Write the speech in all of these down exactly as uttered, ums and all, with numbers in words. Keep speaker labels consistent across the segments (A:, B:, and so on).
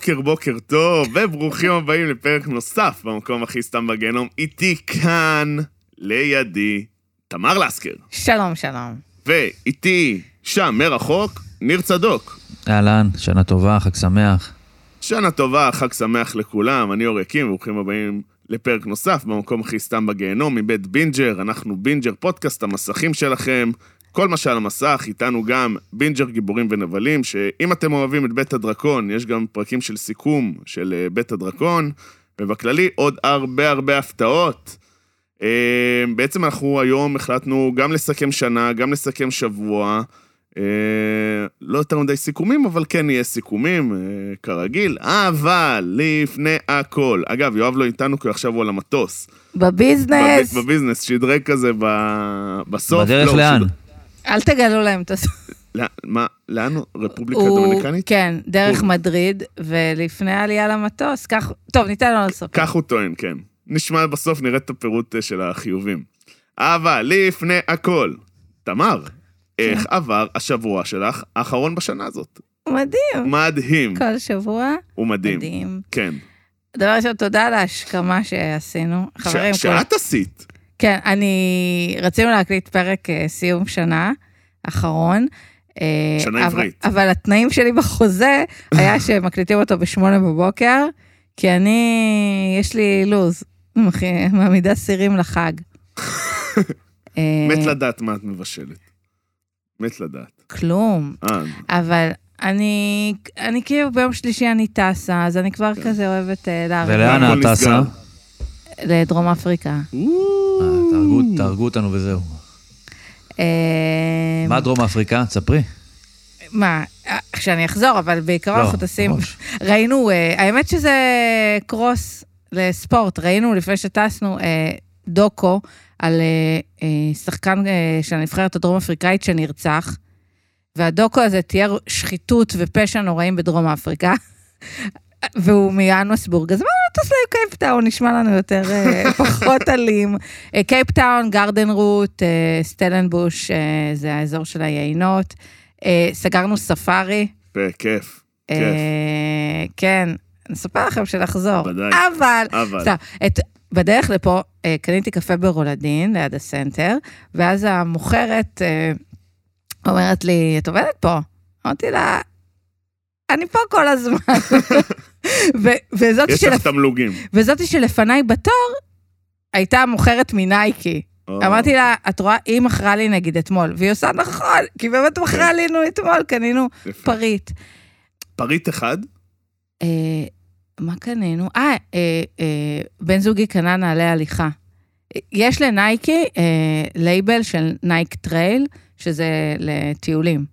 A: בוקר, בוקר טוב, וברוכים הבאים לפרק נוסף במקום הכי סתם בגיהנום. איתי כאן, לידי, תמר לסקר.
B: שלום, שלום.
A: ואיתי, שם מרחוק, ניר צדוק.
C: אהלן, שנה טובה, חג שמח.
A: שנה טובה, חג שמח לכולם, אני אור יקים, וברוכים הבאים לפרק נוסף במקום הכי סתם בגיהנום, מבית בינג'ר. אנחנו בינג'ר פודקאסט, המסכים שלכם. כל מה שעל המסך, איתנו גם בינג'ר גיבורים ונבלים, שאם אתם אוהבים את בית הדרקון, יש גם פרקים של סיכום של בית הדרקון, ובכללי עוד הרבה הרבה הפתעות. בעצם אנחנו היום החלטנו גם לסכם שנה, גם לסכם שבוע, לא יותר מדי סיכומים, אבל כן יהיה סיכומים, כרגיל, אבל לפני הכל. אגב, יואב לא איתנו, כי עכשיו הוא על המטוס.
B: בביזנס.
A: בביזנס, שדרג כזה בסוף.
C: בדרך לאן?
B: אל תגלו להם את הסוף.
A: מה, לאן? רפובליקה דומיניקנית?
B: כן, דרך מדריד, ולפני העלייה למטוס, כך, טוב, ניתן לו לסוף.
A: כך הוא טוען, כן. נשמע בסוף, נראה את הפירוט של החיובים. אבל לפני הכל, תמר, איך עבר השבוע שלך האחרון בשנה הזאת?
B: מדהים.
A: מדהים.
B: כל שבוע.
A: הוא מדהים.
B: מדהים.
A: כן.
B: דבר ראשון, תודה על ההשכמה שעשינו. חברים,
A: שאת עשית.
B: כן, אני... רצינו להקליט פרק סיום שנה, אחרון.
A: שנה עברית.
B: אבל התנאים שלי בחוזה היה שמקליטים אותו בשמונה בבוקר, כי אני... יש לי לוז. מעמידה סירים לחג.
A: מת לדעת מה את מבשלת. מת לדעת.
B: כלום. אבל אני... אני כאילו ביום שלישי אני טסה, אז אני כבר כזה אוהבת להרגיע.
C: ולאן את טסה?
B: לדרום אפריקה.
C: תהרגו אותנו וזהו. מה דרום אפריקה? תספרי.
B: מה, כשאני אחזור, אבל בעיקר אנחנו טסים. ראינו, האמת שזה קרוס לספורט, ראינו לפני שטסנו דוקו על שחקן של הנבחרת הדרום אפריקאית שנרצח, והדוקו הזה תיאר שחיתות ופשע נוראים בדרום אפריקה. והוא מיאנוסבורג, אז מה לא תעשה קייפטאון, נשמע לנו יותר פחות אלים. קייפטאון, גרדן רוט, סטלנבוש, זה האזור של היינות. סגרנו ספארי.
A: בכיף, כיף.
B: כן, נספר לכם שלחזור.
A: בוודאי.
B: אבל,
A: אבל.
B: בדרך לפה, קניתי קפה ברולדין, ליד הסנטר, ואז המוכרת אומרת לי, את עובדת פה? אמרתי לה, אני פה כל הזמן.
A: יש לך תמלוגים.
B: וזאתי שלפניי בתור, הייתה מוכרת מנייקי. אמרתי לה, את רואה, היא מכרה לי נגיד אתמול, והיא עושה נכון, כי באמת מכרה לינו אתמול, קנינו פריט.
A: פריט אחד?
B: מה קנינו? אה, בן זוגי קנה נעלי הליכה. יש לנייקי לייבל של נייק טרייל, שזה לטיולים.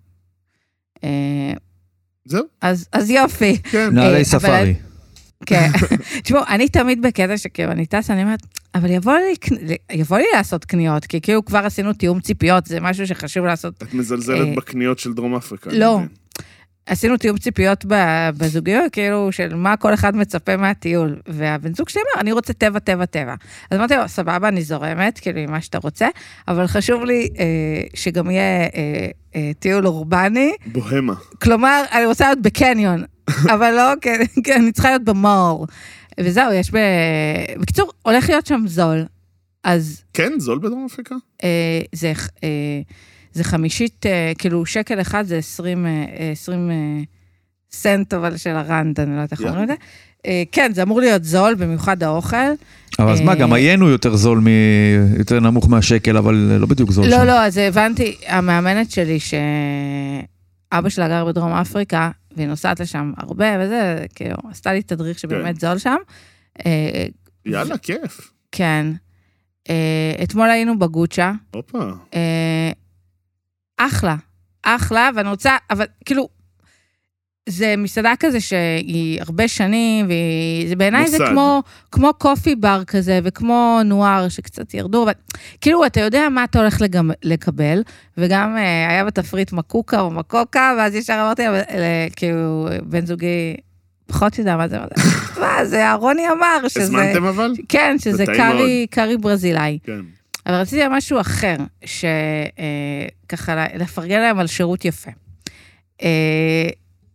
A: זהו.
B: אז, אז יופי.
A: כן.
C: נעלי ספארי.
B: כן. תשמעו, אני תמיד בקטע שכאילו, אני טסה, אני אומרת, אבל יבוא לי, יבוא לי לעשות קניות, כי כאילו כבר עשינו תיאום ציפיות, זה משהו שחשוב לעשות.
A: את מזלזלת בקניות של דרום אפריקה.
B: לא. עשינו תיאום ציפיות בזוגיות, כאילו, של מה כל אחד מצפה מהטיול. והבן זוג שלי אמר, אני רוצה טבע, טבע, טבע. אז אמרתי לו, סבבה, אני זורמת, כאילו, מה שאתה רוצה, אבל חשוב לי אה, שגם יהיה אה, אה, טיול אורבני.
A: בוהמה.
B: כלומר, אני רוצה להיות בקניון, אבל לא, כן, כן, אני צריכה להיות במור. וזהו, יש ב... בקיצור, הולך להיות שם זול. אז...
A: כן, זול בדרום אפריקה?
B: אה, זה... אה, זה חמישית, כאילו שקל אחד זה עשרים, עשרים סנט, אבל של הרנד, אני לא יודעת איך אומרים את זה. כן, זה אמור להיות זול, במיוחד האוכל.
C: אבל אז מה, גם היינו יותר זול, יותר נמוך מהשקל, אבל לא בדיוק זול שם.
B: לא, לא, אז הבנתי, המאמנת שלי, שאבא שלה גר בדרום אפריקה, והיא נוסעת לשם הרבה, וזה, כאילו, עשתה לי תדריך שבאמת זול שם.
A: יאללה, כיף.
B: כן. אתמול היינו בגוצ'ה.
A: הופה.
B: אחלה, אחלה, ואני רוצה, אבל כאילו, זה מסעדה כזה שהיא הרבה שנים, וזה בעיניי זה כמו, כמו קופי בר כזה, וכמו נואר שקצת ירדו, אבל כאילו אתה יודע מה אתה הולך לגמ, לקבל, וגם אה, היה בתפריט מקוקה או מקוקה, ואז ישר אמרתי, אה, כאילו, בן זוגי, פחות יודע מה זה, מה זה, ארוני אמר, שזה...
A: הזמנתם אבל?
B: כן, שזה קרי, קרי ברזילאי.
A: כן.
B: אבל רציתי משהו אחר, שככה לפרגן להם על שירות יפה.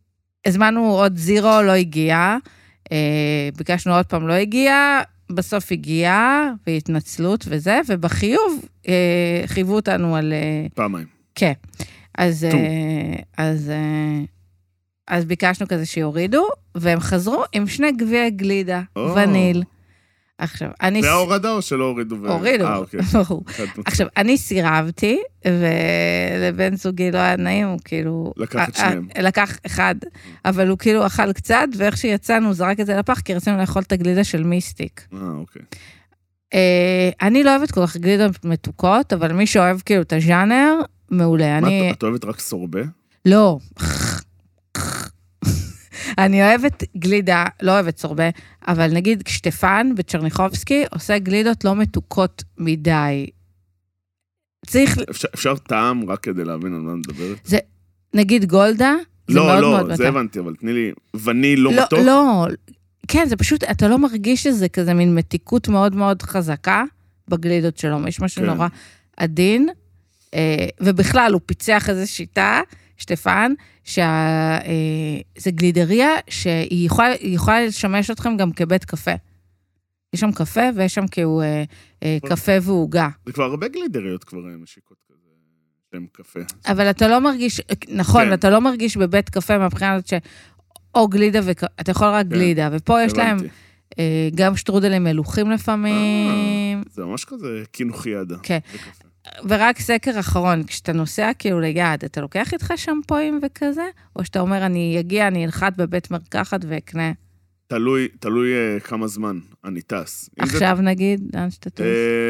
B: הזמנו עוד זירו, לא הגיע, ביקשנו עוד פעם, לא הגיע, בסוף הגיע, והתנצלות וזה, ובחיוב חייבו אותנו על...
A: פעמיים.
B: כן. אז, אז, אז ביקשנו כזה שיורידו, והם חזרו עם שני גביעי גלידה, וניל. עכשיו, אני...
A: זה ההורדה או שלא הורידו?
B: הורידו, ברור. עכשיו, אני סירבתי, ולבן זוגי לא היה נעים, הוא כאילו...
A: לקח את שניהם.
B: לקח אחד, אבל הוא כאילו אכל קצת, ואיך שיצאנו, הוא זרק את זה לפח, כי רצינו לאכול את הגלידה של מיסטיק.
A: אה, אוקיי.
B: אני לא אוהבת כל כך גלידות מתוקות, אבל מי שאוהב כאילו את הז'אנר, מעולה.
A: מה, את אוהבת רק סורבה?
B: לא. אני אוהבת גלידה, לא אוהבת סורבה, אבל נגיד שטפן בצ'רניחובסקי עושה גלידות לא מתוקות מדי. צריך...
A: אפשר, אפשר טעם רק כדי להבין על מה מדברת?
B: זה, נגיד גולדה, זה
A: לא,
B: מאוד
A: לא,
B: מאוד
A: לא, זה
B: מתוק.
A: הבנתי, אבל תני לי וניל לא,
B: לא
A: מתוק?
B: לא, כן, זה פשוט, אתה לא מרגיש שזה כזה מין מתיקות מאוד מאוד חזקה בגלידות שלו, יש משהו
A: כן.
B: נורא עדין, ובכלל הוא פיצח איזו שיטה, שטפן, שזה גלידריה שהיא יכולה, יכולה לשמש אתכם גם כבית קפה. יש שם קפה, ויש שם כאילו קפה והוגה.
A: זה כבר הרבה גלידריות כבר משיקות כזה, שהם קפה.
B: אבל אתה לא מרגיש, נכון, אתה לא מרגיש בבית קפה מהבחינת ש... או גלידה, אתה יכול רק גלידה, ופה יש להם גם שטרודלים מלוכים לפעמים.
A: זה ממש כזה קינוחיידה.
B: כן. ורק סקר אחרון, כשאתה נוסע כאילו ליד, אתה לוקח איתך שמפויים וכזה? או שאתה אומר, אני אגיע, אני אלחת בבית מרקחת ואקנה?
A: תלוי, תלוי כמה זמן אני טס.
B: עכשיו נגיד, לאן שאתה טוס?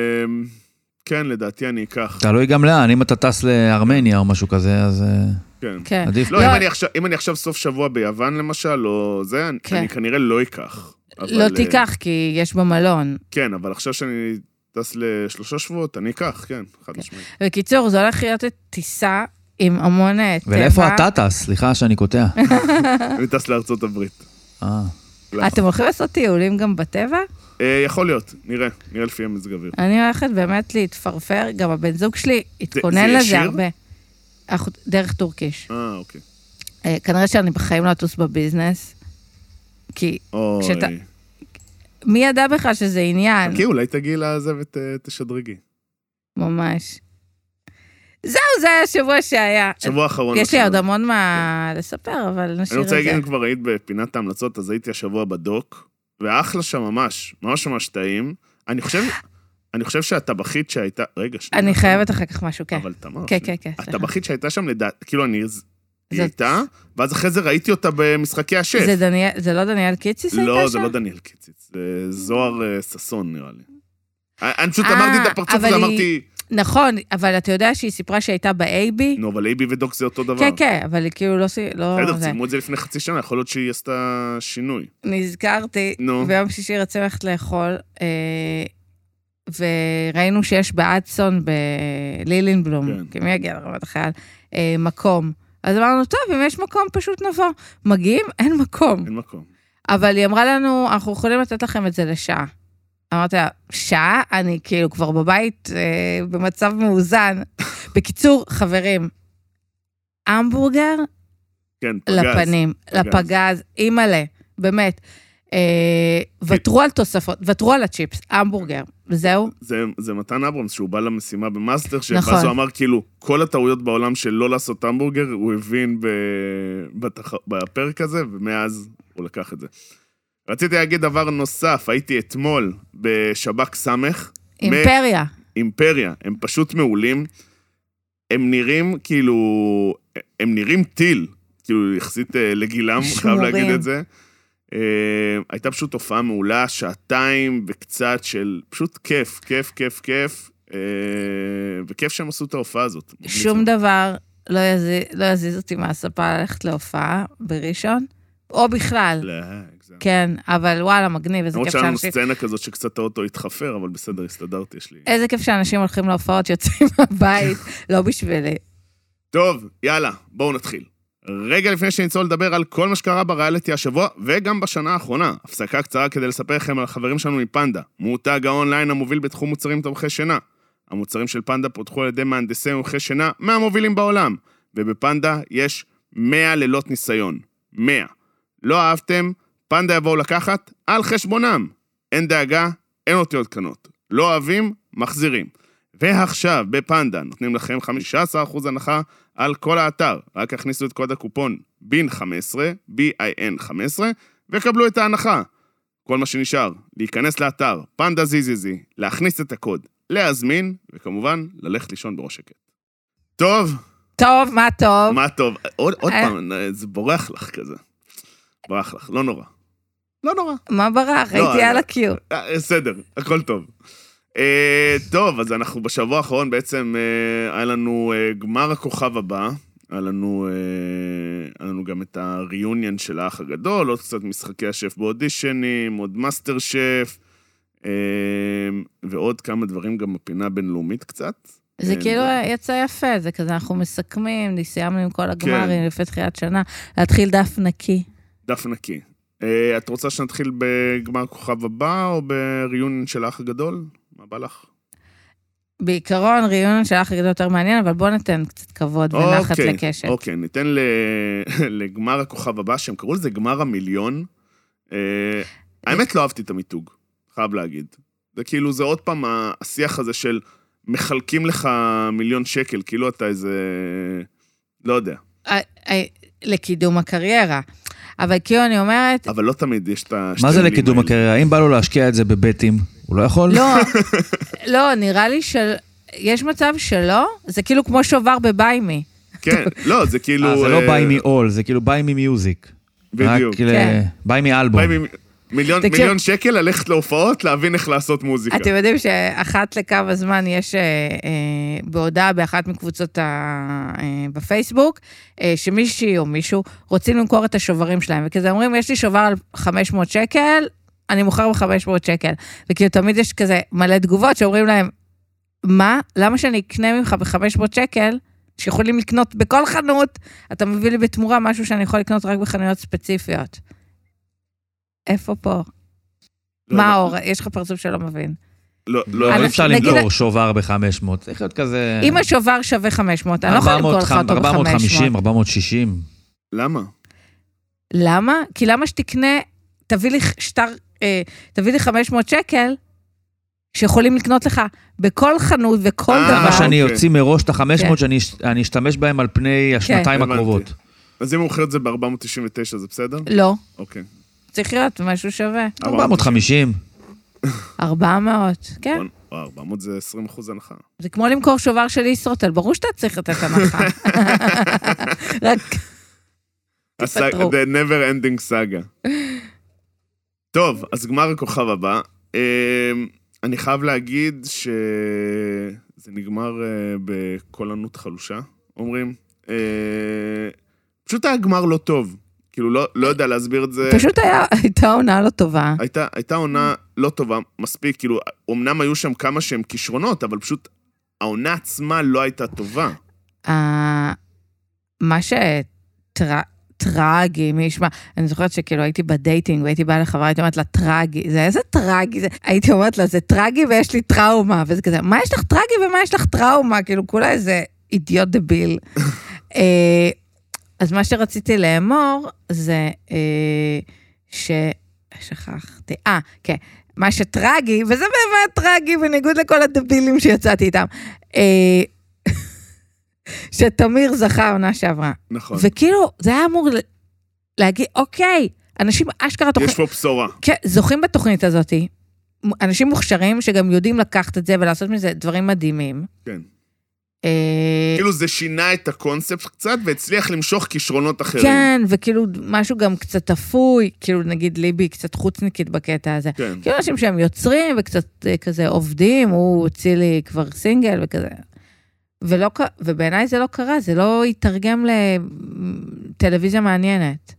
A: כן, לדעתי אני אקח.
C: תלוי גם לאן, אם אתה טס לארמניה או משהו כזה, אז
A: כן.
C: עדיף.
A: לא, אם אני עכשיו סוף שבוע ביוון למשל, או זה, אני כנראה לא אקח.
B: לא תיקח, כי יש במלון.
A: כן, אבל עכשיו שאני... טס לשלושה שבועות, אני אקח, כן, חד משמעית.
B: בקיצור, זו הולך להיות טיסה עם המון טבע.
C: ולאיפה אתה טס? סליחה שאני קוטע.
A: אני טס לארצות הברית.
C: אה.
B: אתם הולכים לעשות טיולים גם בטבע?
A: יכול להיות, נראה, נראה לפי המזג אוויר.
B: אני הולכת באמת להתפרפר, גם הבן זוג שלי התכונן לזה הרבה. דרך טורקיש.
A: אה, אוקיי.
B: כנראה שאני בחיים לא אטוס בביזנס, כי כשאתה...
A: אוי.
B: מי ידע בכלל שזה עניין?
A: כי אולי תגיעי לעזב ותשדרגי.
B: ממש. זהו, זה היה השבוע שהיה.
A: שבוע אחרון.
B: יש לי עוד המון מה לספר, אבל נשאיר את זה.
A: אני רוצה להגיד, אם כבר היית בפינת ההמלצות, אז הייתי השבוע בדוק, ואחלה שם ממש, ממש ממש טעים. אני חושב, אני חושב שהטבחית שהייתה, רגע, שנייה.
B: אני חייבת אחר כך משהו, כן.
A: אבל תמר.
B: כן, כן, כן.
A: הטבחית שהייתה שם, כאילו אני... היא הייתה, ואז אחרי זה ראיתי אותה במשחקי השף.
B: זה לא דניאל קיציס הייתה שם?
A: לא, זה לא דניאל קיציס, זה זוהר ססון נראה לי. אני פשוט אמרתי את הפרצוף הזה, אמרתי...
B: נכון, אבל אתה יודע שהיא סיפרה שהייתה ב-איי-בי?
A: נו, אבל איי-בי ודוק זה אותו דבר.
B: כן, כן, אבל היא כאילו לא...
A: בסדר, צילמו את זה לפני חצי שנה, יכול להיות שהיא עשתה שינוי.
B: נזכרתי, ביום שישי רצינו ללכת לאכול, וראינו שיש באדסון, בלילינבלום, כי מי יגיע לרמת החייל, מקום. אז אמרנו, טוב, אם יש מקום, פשוט נבוא. מגיעים, אין מקום.
A: אין מקום.
B: אבל היא אמרה לנו, אנחנו יכולים לתת לכם את זה לשעה. אמרתי לה, שעה? אני כאילו כבר בבית, אה, במצב מאוזן. בקיצור, חברים, המבורגר,
A: כן, פגז.
B: לפנים, פגז. לפגז, אימאלה, באמת. אה, ותרו על תוספות, ותרו על הצ'יפס, המבורגר, וזהו.
A: זה, זה מתן אברמס, שהוא בא למשימה במאסטר,
B: נכון.
A: ואז הוא אמר כאילו, כל הטעויות בעולם של לא לעשות המבורגר, הוא הבין ב, בתח, בפרק הזה, ומאז הוא לקח את זה. רציתי להגיד דבר נוסף, הייתי אתמול בשבק סמך.
B: אימפריה.
A: מ... אימפריה, הם פשוט מעולים. הם נראים כאילו, הם נראים טיל, כאילו יחסית לגילם, חייב להגיד את זה. הייתה פשוט תופעה מעולה, שעתיים וקצת של פשוט כיף, כיף, כיף, כיף, וכיף שהם עשו את ההופעה הזאת.
B: שום דבר לא יזיז, לא יזיז אותי מהספה ללכת להופעה בראשון, או בכלל.
A: לא,
B: כן, אבל וואלה, מגניב, איזה כיף שאנשים...
A: למרות שהיה לנו סצנה כזאת שקצת האוטו התחפר, אבל בסדר, הסתדרתי, יש לי...
B: איזה כיף שאנשים הולכים להופעות, יוצאים מהבית, לא בשבילי.
A: טוב, יאללה, בואו נתחיל. רגע לפני שנצטול לדבר על כל מה שקרה בריאליטי השבוע, וגם בשנה האחרונה, הפסקה קצרה כדי לספר לכם על החברים שלנו מפנדה, מותג האונליין המוביל בתחום מוצרים תומכי שינה. המוצרים של פנדה פותחו על ידי מהנדסי תומכי שינה מהמובילים בעולם, ובפנדה יש מאה לילות ניסיון. מאה. לא אהבתם, פנדה יבואו לקחת על חשבונם. אין דאגה, אין אותיות קטנות. לא אוהבים, מחזירים. ועכשיו, בפנדה, נותנים לכם חמישה עשר אחוז הנחה על כל האתר. רק הכניסו את קוד הקופון בין חמש עשרה, בי איי אן חמש עשרה, וקבלו את ההנחה. כל מה שנשאר, להיכנס לאתר, פנדה זיזיזי, להכניס את הקוד, להזמין, וכמובן, ללכת לישון בראש שקט. טוב.
B: טוב, מה טוב?
A: מה טוב? עוד, עוד פעם, זה בורח לך כזה. בורח לך, לא נורא. לא נורא.
B: מה ברח? הייתי על הקיו.
A: בסדר, הכל טוב. טוב, אז אנחנו בשבוע האחרון בעצם, היה לנו גמר הכוכב הבא, היה לנו, היה לנו גם את הריוניון של האח הגדול, עוד קצת משחקי השף באודישנים, עוד מאסטר שף, ועוד כמה דברים גם בפינה בינלאומית קצת.
B: זה כאילו יצא יפה, זה כזה, אנחנו מסכמים, סיימנו עם כל הגמרים לפי תחילת שנה, להתחיל דף נקי.
A: דף נקי. את רוצה שנתחיל בגמר כוכב הבא, או בריוניון של האח הגדול? מה בא לך?
B: בעיקרון, ריוניון של האח הגדול יותר מעניין, אבל בואו ניתן קצת כבוד ונחת לקשת.
A: אוקיי, ניתן לגמר הכוכב הבא, שהם קראו לזה גמר המיליון. האמת לא אהבתי את המיתוג, חייב להגיד. זה כאילו, זה עוד פעם השיח הזה של מחלקים לך מיליון שקל, כאילו אתה איזה, לא יודע.
B: לקידום הקריירה. אבל כאילו אני אומרת...
A: אבל לא תמיד יש את השתי...
C: מה זה לקידום הקריירה? אם בא לו להשקיע את זה בבטים, הוא לא יכול?
B: לא, לא, נראה לי שיש מצב שלא, זה כאילו כמו שובר בביימי.
A: כן, לא, זה כאילו...
C: זה לא ביימי אול, זה כאילו ביימי מיוזיק.
A: בדיוק.
C: ביימי אלבום.
A: מיליון, מיליון שקל ללכת להופעות, להבין איך לעשות מוזיקה.
B: אתם יודעים שאחת לקו הזמן יש אה, אה, בהודעה באחת מקבוצות ה, אה, בפייסבוק, אה, שמישהי או מישהו רוצים למכור את השוברים שלהם, וכזה אומרים, יש לי שובר על חמש מאות שקל, אני מוכר ב-חמש מאות שקל. וכאילו תמיד יש כזה מלא תגובות שאומרים להם, מה? למה שאני אקנה ממך ב-חמש מאות שקל, שיכולים לקנות בכל חנות, אתה מביא לי בתמורה משהו שאני יכול לקנות רק בחנויות ספציפיות. איפה פה? מה אור? יש לך פרצוף שלא מבין.
A: לא, לא
C: אפשר למכור שובר ב-חמש מאות, צריך להיות כזה...
B: אם השובר שווה חמש מאות, אני לא יכולה למכור לך אותו ב-חמש מאות.
C: ארבע מאות חמישים, ארבע מאות שישים.
A: למה?
B: למה? כי למה שתקנה, תביא לי שטר, תביא לי חמש מאות שקל, שיכולים לקנות לך בכל חנות וכל דבר.
C: למה שאני יוציא מראש את ה-חמש מאות, שאני אשתמש בהם על פני השנתיים הקרובות.
A: אז אם הוא מוכר את זה ב-ארבע מאות תשעים ותשע, זה בסדר?
B: לא.
A: אוקיי.
B: צריך להיות משהו שווה.
C: ארבע מאות חמישים.
B: ארבע מאות, כן.
A: ארבע מאות זה עשרים אחוז הנחה.
B: זה כמו למכור שובר של ישרוטל, ברור שאתה צריך לתת הנחה. רק
A: תפטרו. The never ending saga. טוב, אז גמר הכוכב הבא. אני חייב להגיד שזה נגמר בקולנות חלושה, אומרים. פשוט היה גמר לא טוב. כאילו, לא, לא יודע להסביר את זה.
B: פשוט היה, הייתה עונה לא טובה.
A: הייתה, הייתה עונה לא טובה, מספיק, כאילו, אמנם היו שם כמה שהם כישרונות, אבל פשוט העונה עצמה לא הייתה טובה.
B: מה שטרגי, מי ישמע, אני זוכרת שכאילו הייתי בדייטינג, והייתי באה לחברה, הייתי אומרת לה, טרגי, זה איזה טרגי, זה... הייתי אומרת לה, זה טרגי ויש לי טראומה, וזה כזה, מה יש לך טרגי ומה יש לך טראומה? כאילו, כולה איזה אידיוט דביל. אז מה שרציתי לאמור, זה אה, ש... שכחתי, אה, כן, מה שטרגי, וזה באמת טרגי, בניגוד לכל הדבילים שיצאתי איתם, אה, שתמיר זכה עונה שעברה.
A: נכון.
B: וכאילו, זה היה אמור להגיד, אוקיי, אנשים אשכרה תוכנית...
A: יש פה בשורה.
B: כן, זוכים בתוכנית הזאת, אנשים מוכשרים שגם יודעים לקחת את זה, ולעשות מזה דברים מדהימים.
A: כן. כאילו זה שינה את הקונספט קצת, והצליח למשוך כישרונות אחרים.
B: כן, וכאילו משהו גם קצת אפוי, כאילו נגיד ליבי קצת חוצניקית בקטע הזה.
A: כן.
B: כאילו אנשים שהם יוצרים וקצת כזה עובדים, הוא הוציא לי כבר סינגל וכזה. ולא, ובעיניי זה לא קרה, זה לא יתרגם לטלוויזיה מעניינת.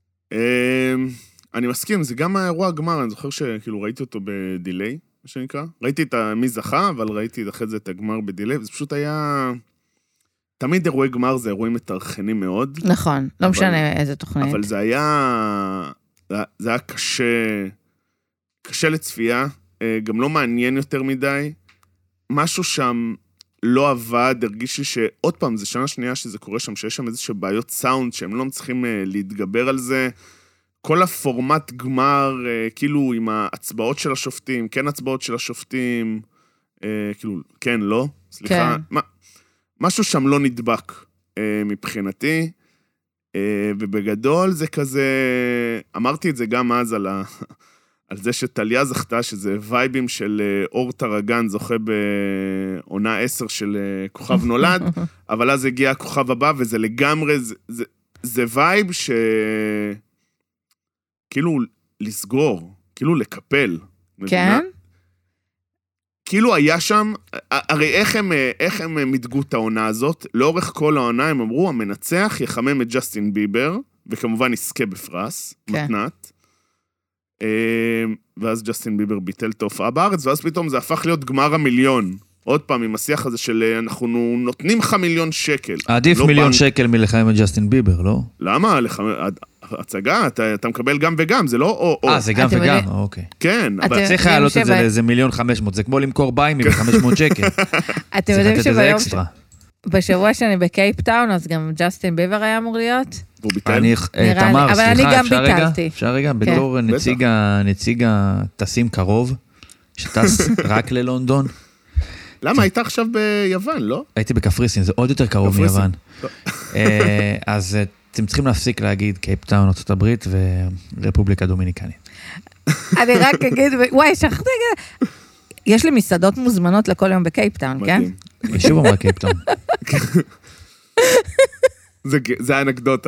A: אני מסכים, זה גם האירוע הגמר, אני זוכר שכאילו ראיתי אותו בדיליי. מה שנקרא. ראיתי את מי זכה, אבל ראיתי אחרי זה את הגמר בדילי, וזה פשוט היה... תמיד אירועי גמר זה אירועים מתרחנים מאוד.
B: נכון, לא משנה איזה תוכנית.
A: אבל זה היה... זה היה קשה... קשה לצפייה, גם לא מעניין יותר מדי. משהו שם לא עבד, הרגיש לי שעוד פעם, זה שנה שנייה שזה קורה שם, שיש שם איזושהי בעיות סאונד, שהם לא מצליחים להתגבר על זה. כל הפורמט גמר, כאילו עם ההצבעות של השופטים, כן הצבעות של השופטים, כאילו, כן, לא, סליחה.
B: כן.
A: משהו שם לא נדבק מבחינתי, ובגדול זה כזה, אמרתי את זה גם אז על ה... על זה שטליה זכתה, שזה וייבים של אור טרגן, זוכה בעונה עשר של כוכב נולד, אבל אז הגיע הכוכב הבא, וזה לגמרי, זה, זה, זה וייב ש... כאילו לסגור, כאילו לקפל.
B: כן?
A: מבינה? כאילו היה שם, הרי איך הם, איך הם מדגו את העונה הזאת? לאורך כל העונה הם אמרו, המנצח יחמם את ג'סטין ביבר, וכמובן יזכה בפרס,
B: כן.
A: מתנת. ואז ג'סטין ביבר ביטל את ההופעה בארץ, ואז פתאום זה הפך להיות גמר המיליון. עוד פעם, עם השיח הזה של אנחנו נותנים לך מיליון שקל.
C: עדיף
A: לא
C: מיליון
A: בנק.
C: שקל מלחיים את ג'סטין ביבר, לא?
A: למה? הצגה, אתה, אתה מקבל גם וגם, זה לא או-או.
C: אה, זה גם
B: אתם
C: וגם,
B: יודעים-
C: אוקיי.
A: כן,
B: אתם-
A: אבל...
C: צריך להעלות את זה
B: שב-
C: לאיזה מיליון חמש מאות, זה כמו למכור ביימי ב-חמש מאות שקל.
B: אתם
C: צריך
B: יודעים
C: לתת איזה
B: שביום,
C: אקסטרה.
B: בשבוע שאני בקייפטאון, אז גם ג'סטין ביבר היה אמור להיות?
A: והוא ביטל.
C: אני,
B: נראה לי,
C: תמר,
B: אבל אני
C: סליחה,
B: גם
C: אפשר רגע?
B: ביטלתי.
C: אפשר רגע? בתור נציג ה- נציג הטסים קרוב, שטס רק ללונדון,
A: למה? היית עכשיו ביוון, לא?
C: הייתי בקפריסין, זה עוד יותר קרוב
A: קפריסין.
C: מיוון. אה, אז אה, אתם צריכים להפסיק להגיד קייפטאון, ארצות הברית ורפובליקה דומיניקנית.
B: אני רק אגיד, וואי, שכחתי להגיד, יש לי מסעדות מוזמנות לכל יום בקייפטאון, כן?
A: מדהים.
C: היא שוב אמרה קייפטאון.
A: זה, זה האנקדוטה.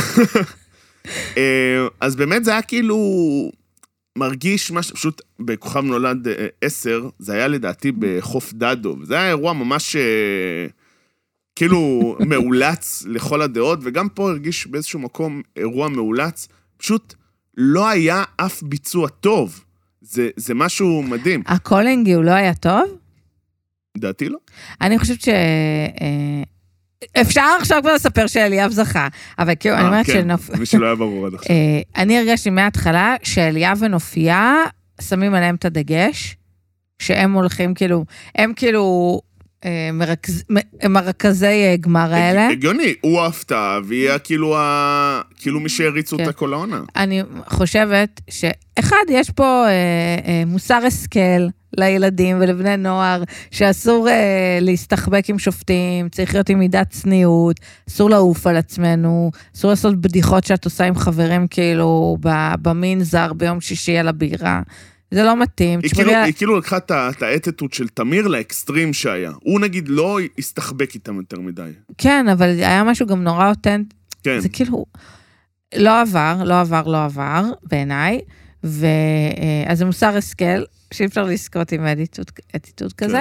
A: אה, אז באמת זה היה כאילו מרגיש משהו, פשוט בכוכב נולד אה, עשר, זה היה לדעתי בחוף דדו, וזה היה אירוע ממש אה, כאילו מאולץ לכל הדעות, וגם פה הרגיש באיזשהו מקום אירוע מאולץ, פשוט לא היה אף ביצוע טוב. זה, זה משהו מדהים.
B: הקולינגי הוא לא היה טוב?
A: דעתי לא.
B: אני חושבת ש... אה, אפשר עכשיו כבר לספר שאליאב זכה, אבל כאילו, אני אומרת
A: כן,
B: שנופ...
A: מי שלא היה ברור עד עכשיו.
B: אה, אני הרגשתי מההתחלה שאליאב ונופיה שמים עליהם את הדגש, שהם הולכים כאילו, הם כאילו אה, מרכז, הם מרכזי אה, גמר האלה.
A: הגיוני, הוא ההפתעה, והיא כאילו, ה... כאילו מי שהריצו
B: כן.
A: אותה כל העונה.
B: אני חושבת שאחד, יש פה אה, אה, מוסר השכל לילדים ולבני נוער, שאסור אה, להסתחבק עם שופטים, צריך להיות עם מידת צניעות, אסור לעוף על עצמנו, אסור לעשות בדיחות שאת עושה עם חברים כאילו במנזר ביום שישי על הבירה. זה לא מתאים.
A: היא
B: תשמרי
A: כאילו,
B: על-
A: היא כאילו לקחה את ה- את האטיטוד של תמיר לאקסטרים שהיה. הוא נגיד לא הסתחבק איתם יותר מדי.
B: כן, אבל היה משהו גם נורא אותנטי.
A: כן.
B: זה כאילו, לא עבר, לא עבר, לא עבר, בעיניי, ואז זה מוסר השכל, שאי אפשר לזכות עם אדיטוד, אטיטוד כזה,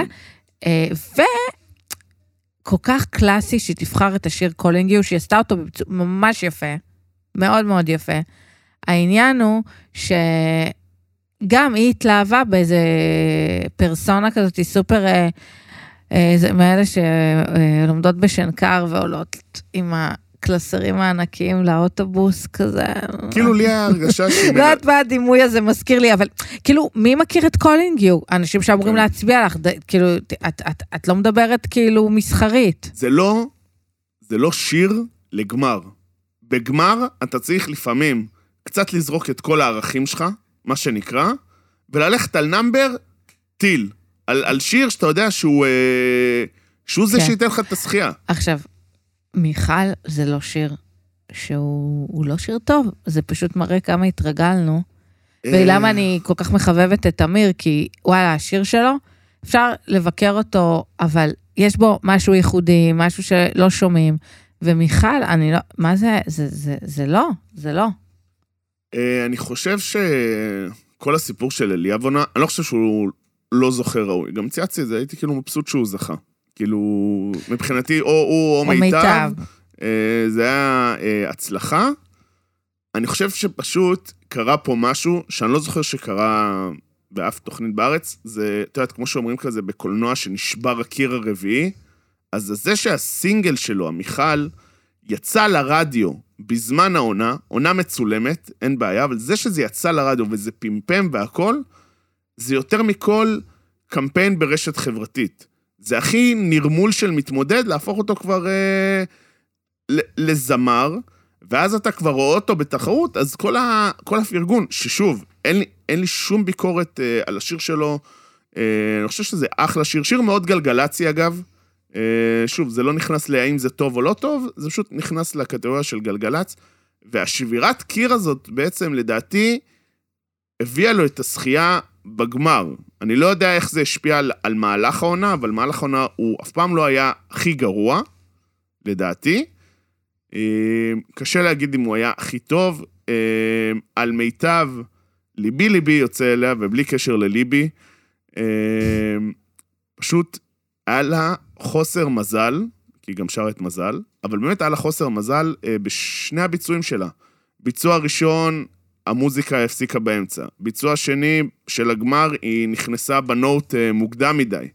B: וכל כך קלאסי שהיא תבחר את השיר קולינגיו, שהיא עשתה אותו בבצוע, ממש יפה, מאוד מאוד יפה. העניין הוא שגם היא התלהבה באיזה פרסונה כזאת, היא סופר, אה, אה, זה מאלה שלומדות בשנקר ועולות עם הקלסרים הענקיים לאוטובוס כזה.
A: כאילו לי היה הרגשה שהיא...
B: לא יודעת מה הדימוי הזה מזכיר לי, אבל כאילו, מי מכיר את קולינגיו? אנשים שאמורים
A: כן.
B: להצביע לך, ד- כאילו, את, את, את, את לא מדברת כאילו מסחרית.
A: זה לא, זה לא שיר לגמר. בגמר אתה צריך לפעמים קצת לזרוק את כל הערכים שלך, מה שנקרא, וללכת על נאמבר טיל. על, על שיר שאתה יודע שהוא, אה, שהוא זה
B: כן.
A: שייתן לך את השחייה.
B: עכשיו, מיכל זה לא שיר שהוא הוא לא שיר טוב, זה פשוט מראה כמה התרגלנו, ולמה אני כל כך מחבבת את אמיר, כי וואלה, השיר שלו, אפשר לבקר אותו, אבל יש בו משהו ייחודי, משהו שלא שומעים, ומיכל, אני לא, מה זה, זה, זה, זה לא, זה לא.
A: אה, אני חושב שכל הסיפור של אליאב עונה, אני לא חושב שהוא לא זוכר ראוי. גם צייצתי את זה, הייתי כאילו מבסוט שהוא זכה. כאילו, מבחינתי, או הוא או
B: או
A: מיטב,
B: מיטב.
A: אה, זה היה אה, הצלחה. אני חושב שפשוט קרה פה משהו שאני לא זוכר שקרה באף תוכנית בארץ, זה, אתה יודעת, כמו שאומרים כזה בקולנוע שנשבר הקיר הרביעי, אז זה שהסינגל שלו, המיכל, יצא לרדיו בזמן העונה, עונה מצולמת, אין בעיה, אבל זה שזה יצא לרדיו וזה פימפם והכל, זה יותר מכל קמפיין ברשת חברתית. זה הכי נרמול של מתמודד, להפוך אותו כבר אה, לזמר, ואז אתה כבר רואה אותו בתחרות, אז כל, ה, כל הפרגון, ששוב, אין לי, אין לי שום ביקורת אה, על השיר שלו, אה, אני חושב שזה אחלה שיר, שיר מאוד גלגלצי אגב, אה, שוב, זה לא נכנס להאם זה טוב או לא טוב, זה פשוט נכנס לקטגוריה של גלגלץ, והשבירת קיר הזאת בעצם לדעתי, הביאה לו את השחייה בגמר. אני לא יודע איך זה השפיע על, על מהלך העונה, אבל מהלך העונה הוא אף פעם לא היה הכי גרוע, לדעתי. קשה להגיד אם הוא היה הכי טוב. על מיטב, ליבי ליבי יוצא אליה, ובלי קשר לליבי. פשוט היה לה חוסר מזל, כי גם שר את מזל, אבל באמת היה לה חוסר מזל בשני הביצועים שלה. ביצוע ראשון, המוזיקה הפסיקה באמצע. ביצוע שני של הגמר, היא נכנסה בנוט מוקדם מדי.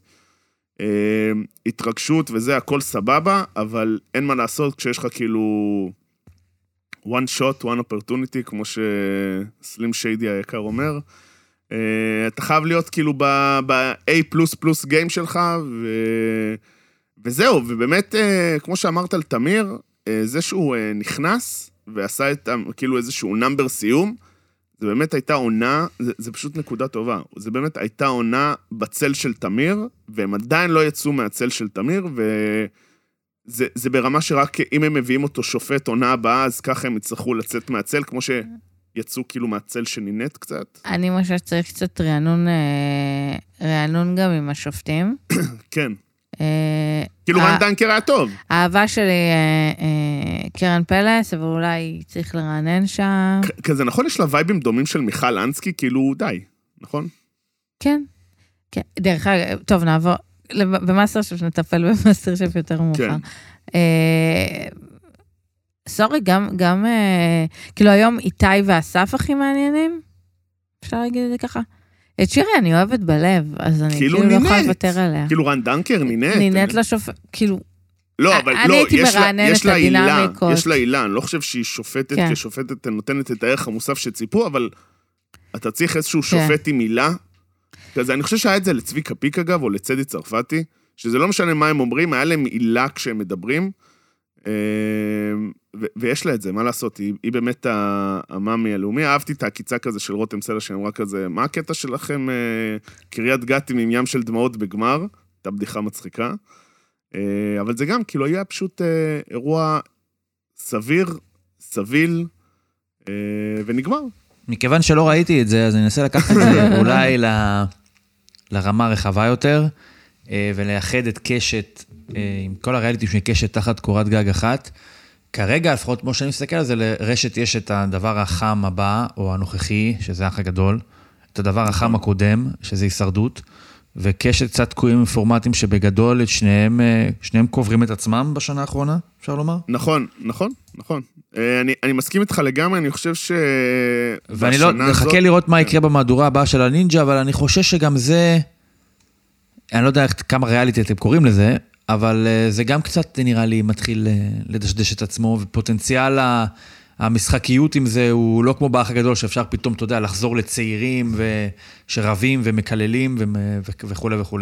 A: התרגשות וזה, הכל סבבה, אבל אין מה לעשות כשיש לך כאילו one shot, one opportunity, כמו שסלים שיידי היקר אומר. אתה חייב להיות כאילו ב-A++ גיים שלך, וזהו, ובאמת, כמו שאמרת על תמיר, זה שהוא נכנס, ועשה את, כאילו איזשהו נאמבר סיום, זה באמת הייתה עונה, זה, זה פשוט נקודה טובה, זה באמת הייתה עונה בצל של תמיר, והם עדיין לא יצאו מהצל של תמיר, וזה זה ברמה שרק אם הם מביאים אותו שופט עונה הבאה, אז ככה הם יצטרכו לצאת מהצל, כמו שיצאו כאילו מהצל שנינט קצת.
B: אני חושב שצריך קצת רענון, רענון גם עם השופטים.
A: כן. כאילו רן דנקר היה טוב.
B: האהבה שלי קרן פלס, אבל אולי צריך לרענן שם.
A: כזה נכון, יש לה וייבים דומים של מיכל אנסקי, כאילו די, נכון?
B: כן. דרך אגב, טוב, נעבור, במאסטר שף נטפל במאסטר שף יותר מאוחר. סורי, גם, כאילו היום איתי ואסף הכי מעניינים? אפשר להגיד את זה ככה? את שירי אני אוהבת בלב, אז אני כאילו לא יכולה לוותר עליה.
A: כאילו רן דנקר, נינט.
B: נינט לשופט, כאילו...
A: לא, אבל לא, יש לה עילה, יש לה עילה, אני לא חושב שהיא שופטת כשופטת, נותנת את הערך המוסף שציפו, אבל אתה צריך איזשהו שופט עם עילה, כזה, אני חושב שהיה את זה לצבי קפיק אגב, או לצדי צרפתי, שזה לא משנה מה הם אומרים, היה להם עילה כשהם מדברים, ויש לה את זה, מה לעשות, היא באמת המאמי הלאומי, אהבתי את הקיצה כזה של רותם סלע, שאמרה כזה, מה הקטע שלכם, קריית גת עם ים של דמעות בגמר, הייתה בדיחה מצחיקה, אבל זה גם, כאילו היה פשוט אירוע סביר, סביל, ונגמר.
C: מכיוון שלא ראיתי את זה, אז אני אנסה לקחת את זה אולי לרמה רחבה יותר, ולייחד את קשת, עם כל הריאליטי של קשת תחת קורת גג אחת. כרגע, לפחות כמו שאני מסתכל על זה, לרשת יש את הדבר החם הבא, או הנוכחי, שזה האח הגדול, את הדבר החם הקודם, שזה הישרדות, וקשת קצת תקועים עם פורמטים שבגדול, את שניהם, שניהם קוברים את עצמם בשנה האחרונה, אפשר לומר?
A: נכון, נכון, נכון. אני, אני מסכים איתך לגמרי, אני חושב ש...
C: ואני לא, נחכה לראות מה יקרה במהדורה הבאה של הנינג'ה, אבל אני חושב שגם זה, אני לא יודע כמה ריאליטי אתם קוראים לזה, אבל זה גם קצת נראה לי מתחיל לדשדש את עצמו, ופוטנציאל המשחקיות עם זה הוא לא כמו באח הגדול, שאפשר פתאום, אתה יודע, לחזור לצעירים שרבים ומקללים וכו' וכו'.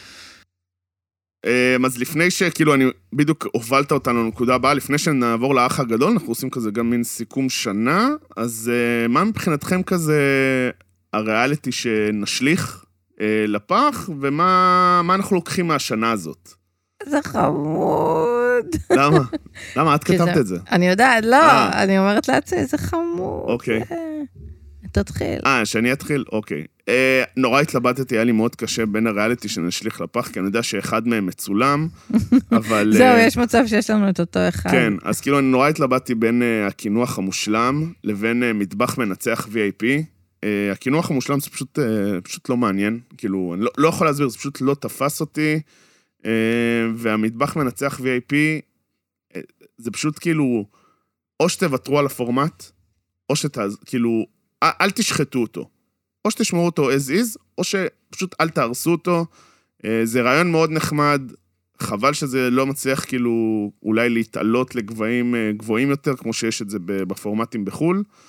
A: אז לפני שכאילו אני בדיוק הובלת אותנו לנקודה הבאה, לפני שנעבור לאח הגדול, אנחנו עושים כזה גם מין סיכום שנה, אז מה מבחינתכם כזה הריאליטי שנשליך לפח, ומה מה אנחנו לוקחים מהשנה הזאת?
B: זה חמוד.
A: למה? למה? את כתבת את זה.
B: אני יודעת, לא, אני אומרת לעצמי, זה חמוד.
A: אוקיי.
B: תתחיל.
A: אה, שאני אתחיל? אוקיי. נורא התלבטתי, היה לי מאוד קשה בין הריאליטי שנשליך לפח, כי אני יודע שאחד מהם מצולם, אבל...
B: זהו, יש מצב שיש לנו את אותו אחד.
A: כן, אז כאילו אני נורא התלבטתי בין הכינוח המושלם, לבין מטבח מנצח וי איי פי. הכינוח המושלם זה פשוט, פשוט לא מעניין, כאילו, אני לא, לא יכול להסביר, זה פשוט לא תפס אותי, והמטבח מנצח וי איי פי, זה פשוט כאילו, או שתוותרו על הפורמט, או שתעז, כאילו, אל תשחטו אותו, או שתשמרו אותו as is, או שפשוט אל תהרסו אותו, זה רעיון מאוד נחמד, חבל שזה לא מצליח כאילו, אולי להתעלות לגבהים גבוהים יותר, כמו שיש את זה בפורמטים בחול,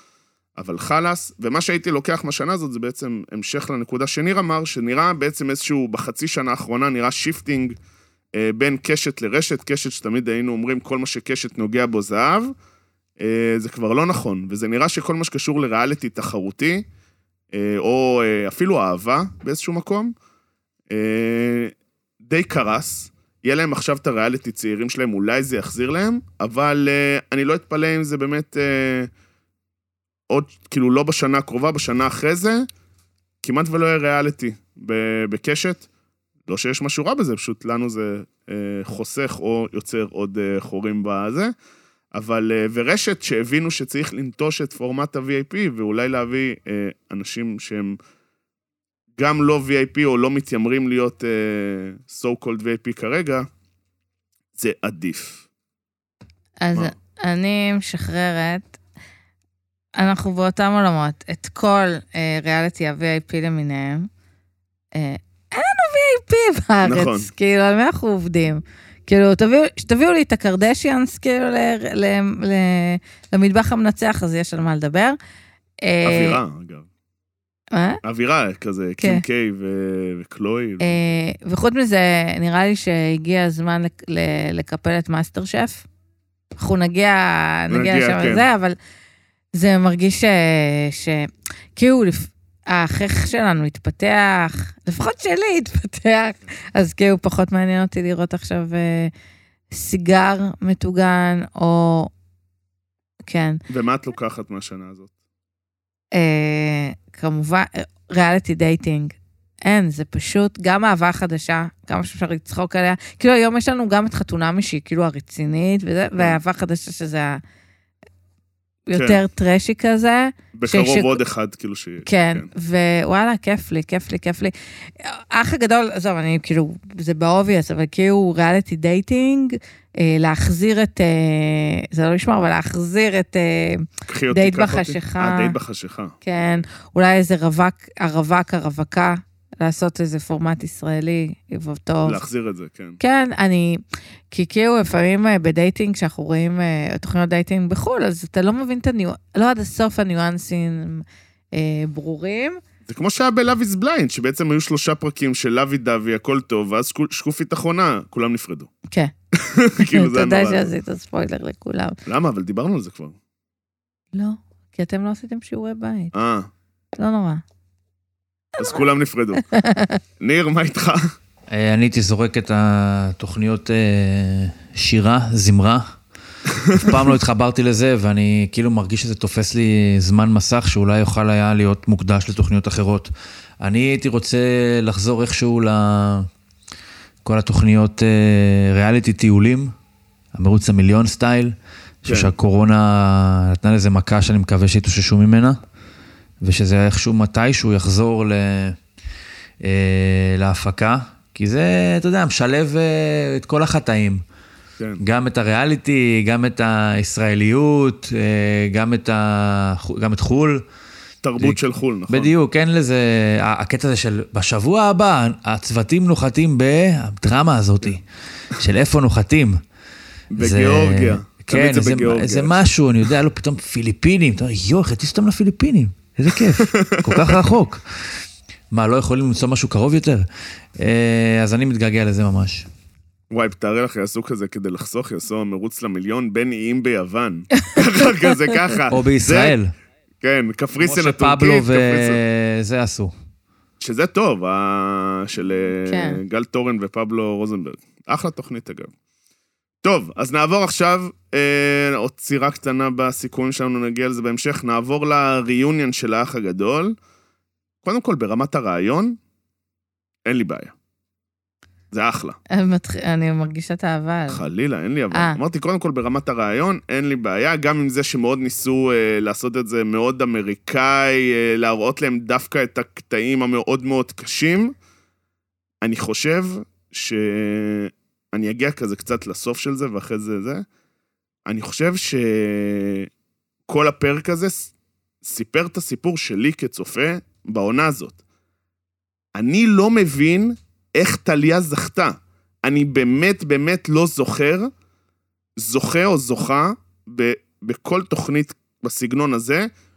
A: אבל חלס, ומה שהייתי לוקח מהשנה הזאת, זה בעצם המשך לנקודה שניר אמר, שנראה בעצם איזשהו, בחצי שנה האחרונה, נראה שיפטינג אה, בין קשת לרשת, קשת שתמיד היינו אומרים, כל מה שקשת נוגע בו זהב, אה, זה כבר לא נכון, וזה נראה שכל מה שקשור לריאליטי תחרותי, אה, או אה, אפילו אהבה באיזשהו מקום, אה, די קרס, יהיה להם עכשיו את הריאליטי צעירים שלהם, אולי זה יחזיר להם, אבל uh, אני לא אתפלא אם זה באמת uh, עוד, כאילו לא בשנה הקרובה, בשנה אחרי זה, כמעט ולא יהיה ריאליטי בקשת, לא שיש משהו רע בזה, פשוט לנו זה uh, חוסך או יוצר עוד uh, חורים בזה, אבל, uh, ורשת שהבינו שצריך לנטוש את פורמט ה-וי איי פי, ואולי להביא uh, אנשים שהם גם לא וי איי פי או לא מתיימרים להיות uh, so called וי איי פי כרגע, זה עדיף.
B: אז מה? אני משחררת, אנחנו באותם עולמות, את כל uh, ריאליטי ה-וי איי פי למיניהם, uh, אין לנו וי איי פי בארץ, נכון. כאילו, על מה אנחנו עובדים? כאילו, תביאו, תביאו לי את הקרדשיאנס, כאילו, ל, ל, ל, למטבח המנצח, אז יש על מה לדבר.
A: אווירה, אגב.
B: מה?
A: אווירה כזה, קים קיי וקלוי.
B: וחוץ מזה, נראה לי שהגיע הזמן לקפל את מאסטר שף. אנחנו נגיע לשם לזה, אבל זה מרגיש ש... כאילו, האחך שלנו התפתח, לפחות שלי התפתח, אז כאילו פחות מעניין אותי לראות עכשיו סיגר מטוגן, או... כן.
A: ומה את לוקחת מהשנה הזאת?
B: כמובן, ריאליטי דייטינג. אין, זה פשוט גם אהבה חדשה, כמה שאפשר לצחוק עליה. כאילו היום יש לנו גם את חתונמי שהיא כאילו הרצינית, והאהבה חדשה שזה יותר טרשי כזה.
A: בקרוב עוד אחד, כאילו שהיא...
B: כן, ווואלה, כיף לי, כיף לי, כיף לי. האח הגדול, עזוב, אני כאילו, זה באובייס, אבל כאילו ריאליטי דייטינג, להחזיר את, זה לא לשמור, אבל להחזיר את דייט בחשיכה.
A: דייט בחשיכה.
B: כן, אולי איזה רווק, הרווק, הרווקה, לעשות איזה פורמט ישראלי, יבוא טוב.
A: להחזיר את זה, כן.
B: כן, אני, כי כאילו לפעמים בדייטינג, כשאנחנו רואים תוכניות דייטינג בחול, אז אתה לא מבין את הניואנס, לא עד הסוף הניואנסים ברורים.
A: זה כמו שהיה ב-Love is Blind, שבעצם היו שלושה פרקים של לוי דווי, הכל טוב, ואז שקופית אחרונה, כולם נפרדו.
B: כן.
A: כאילו זה
B: תודה שעשית ספוילר לכולם.
A: למה? אבל דיברנו על זה כבר.
B: לא, כי אתם לא עשיתם שיעורי בית.
A: אה.
B: לא נורא.
A: אז כולם נפרדו. ניר, מה איתך?
C: אני הייתי זורק את התוכניות שירה, זמרה. אף פעם לא התחברתי לזה, ואני כאילו מרגיש שזה תופס לי זמן מסך, שאולי יוכל היה להיות מוקדש לתוכניות אחרות. אני הייתי רוצה לחזור איכשהו לכל התוכניות ריאליטי טיולים, המרוץ המיליון סטייל, שהקורונה נתנה לזה מכה שאני מקווה שהתאוששו ממנה, ושזה איכשהו מתישהו יחזור ל... להפקה, כי זה, אתה יודע, משלב את כל החטאים. כן. גם את הריאליטי, גם את הישראליות, גם את, ה... גם את חול.
A: תרבות של חול, נכון.
C: בדיוק, אין לזה, הקטע הזה של בשבוע הבא, הצוותים נוחתים בדרמה הזאת, של איפה נוחתים.
A: בגיאורגיה.
C: כן, זה, זה משהו, אני יודע, לא פתאום פיליפינים, אתה אומר, יו, חטיס אותם לפיליפינים, איזה כיף, כל כך רחוק. מה, לא יכולים למצוא משהו קרוב יותר? אז אני מתגעגע לזה ממש.
A: וואי, תארי לך, יעשו כזה כדי לחסוך, יעשו מרוץ למיליון בין איים ביוון. כזה ככה.
C: או בישראל.
A: כן, קפריסין הטורקית.
C: כמו שפבלו וזה עשו.
A: שזה טוב, של גל טורן ופבלו רוזנברג. אחלה תוכנית אגב. טוב, אז נעבור עכשיו, עוד צירה קטנה בסיכויים שלנו, נגיע לזה בהמשך, נעבור לריאוניון של האח הגדול. קודם כל, ברמת הרעיון, אין לי בעיה. זה אחלה.
B: אני מרגישה את האהבה.
A: חלילה, אין לי אבל. אמרתי, קודם כל, ברמת הרעיון, אין לי בעיה, גם עם זה שמאוד ניסו אה, לעשות את זה מאוד אמריקאי, אה, להראות להם דווקא את הקטעים המאוד מאוד קשים. אני חושב שאני אגיע כזה קצת לסוף של זה, ואחרי זה זה. אני חושב שכל הפרק הזה סיפר את הסיפור שלי כצופה בעונה הזאת. אני לא מבין איך טליה זכתה. אני באמת, באמת לא זוכר, זוכה או זוכה, ב- בכל תוכנית בסגנון הזה,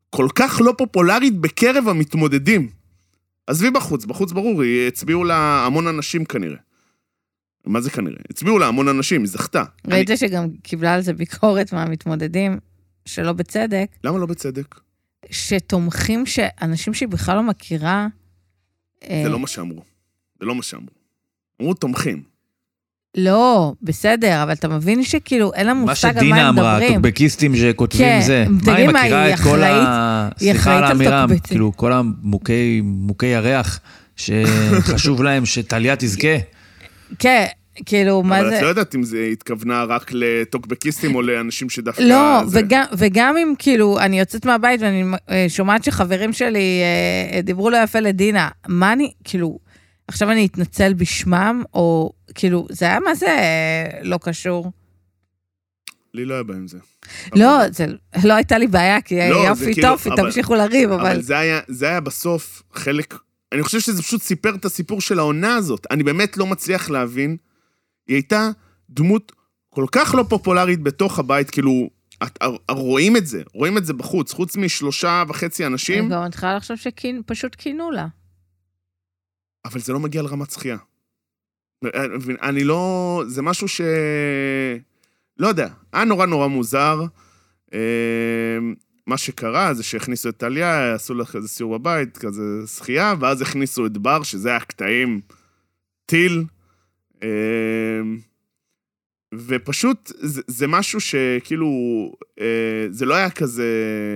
A: כל כך לא פופולרית בקרב המתמודדים. עזבי בחוץ, בחוץ ברור, הצביעו לה המון אנשים כנראה. מה זה כנראה? הצביעו לה המון אנשים, היא זכתה.
B: ראית שגם קיבלה על זה ביקורת מהמתמודדים, שלא בצדק.
A: למה לא בצדק?
B: שתומכים שאנשים שהיא בכלל לא מכירה...
A: זה לא מה שאמרו. זה לא מה שאמרו. אמרו תומכים.
B: לא, בסדר, אבל אתה מבין שכאילו אין לה מושג על מה הם מדברים.
C: מה שדינה אמרה, טוקבקיסטים שכותבים זה. מה היא מכירה את כל ה... סליחה על האמירה, כאילו כל המוכי ירח שחשוב להם שטליה תזכה.
B: כן, כאילו מה זה...
A: אבל את לא יודעת אם זה התכוונה רק לטוקבקיסטים או לאנשים שדווקא...
B: לא, וגם אם כאילו אני יוצאת מהבית ואני שומעת שחברים שלי דיברו לא יפה לדינה, מה אני, כאילו... עכשיו אני אתנצל בשמם, או כאילו, זה היה מה זה לא קשור?
A: לי לא היה בהם זה.
B: לא, זה לא הייתה לי בעיה, כי יופי טוב, תמשיכו לריב, אבל...
A: אבל זה היה בסוף חלק... אני חושב שזה פשוט סיפר את הסיפור של העונה הזאת. אני באמת לא מצליח להבין. היא הייתה דמות כל כך לא פופולרית בתוך הבית, כאילו, רואים את זה, רואים את זה בחוץ, חוץ משלושה וחצי אנשים.
B: אני גם מתחילה לחשוב שפשוט כינו לה.
A: אבל זה לא מגיע לרמת שחייה. אני לא... זה משהו ש... לא יודע, היה נורא נורא מוזר. מה שקרה זה שהכניסו את טליה, עשו לך איזה סיור בבית, כזה שחייה, ואז הכניסו את בר, שזה היה קטעים טיל. ופשוט זה, זה משהו שכאילו, זה לא היה כזה...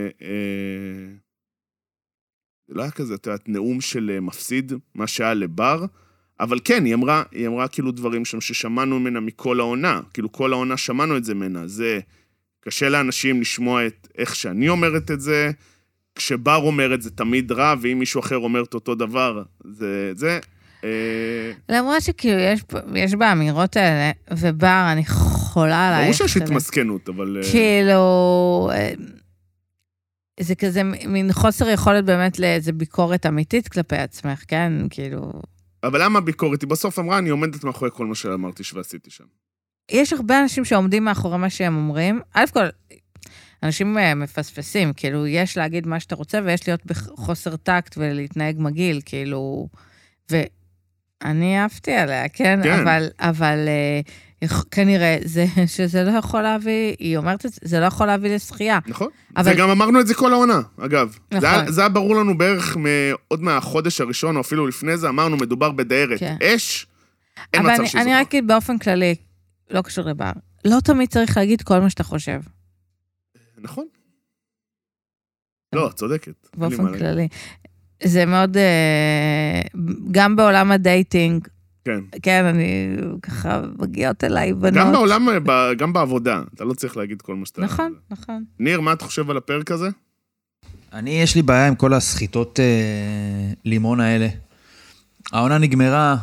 A: זה לא היה כזה, אתה יודעת, נאום של מפסיד, מה שהיה לבר, אבל כן, היא אמרה, היא אמרה כאילו דברים שם ששמענו ממנה מכל העונה, כאילו כל העונה שמענו את זה ממנה, זה קשה לאנשים לשמוע את איך שאני אומרת את זה, כשבר אומר את זה תמיד רע, ואם מישהו אחר אומר את אותו דבר, זה, זה.
B: למרות שכאילו יש, יש באמירות האלה, ובר, אני חולה עליי.
A: ברור שיש התמסכנות, אבל...
B: כאילו... זה כזה מין חוסר יכולת באמת לאיזו ביקורת אמיתית כלפי עצמך, כן? כאילו...
A: אבל למה ביקורת? היא בסוף אמרה, אני עומדת מאחורי כל מה שאמרתי ועשיתי שם.
B: יש הרבה אנשים שעומדים מאחורי מה שהם אומרים. א' כל, אנשים מפספסים, כאילו, יש להגיד מה שאתה רוצה, ויש להיות בחוסר טקט ולהתנהג מגעיל, כאילו... ואני אהבתי עליה, כן? כן. אבל... אבל כנראה זה, שזה לא יכול להביא, היא אומרת, זה לא יכול להביא לשחייה.
A: נכון. אבל... וגם אמרנו את זה כל העונה, אגב. נכון. זה היה, זה היה ברור לנו בערך עוד מהחודש הראשון, או אפילו לפני זה, אמרנו, מדובר בדיירת. כן. אש, אין מצב שזוכה. אבל אני רק אגיד באופן כללי, לא קשור לבר, לא תמיד צריך להגיד כל מה שאתה חושב. נכון. לא, צודקת.
B: באופן כללי. זה מאוד, גם בעולם הדייטינג,
A: כן.
B: כן, אני ככה מגיעות אליי בנות.
A: גם בעולם, גם בעבודה, אתה לא צריך להגיד כל מה שאתה...
B: נכון, נכון.
A: ניר, מה אתה חושב על הפרק הזה?
C: אני, יש לי בעיה עם כל הסחיטות אה, לימון האלה. העונה נגמרה,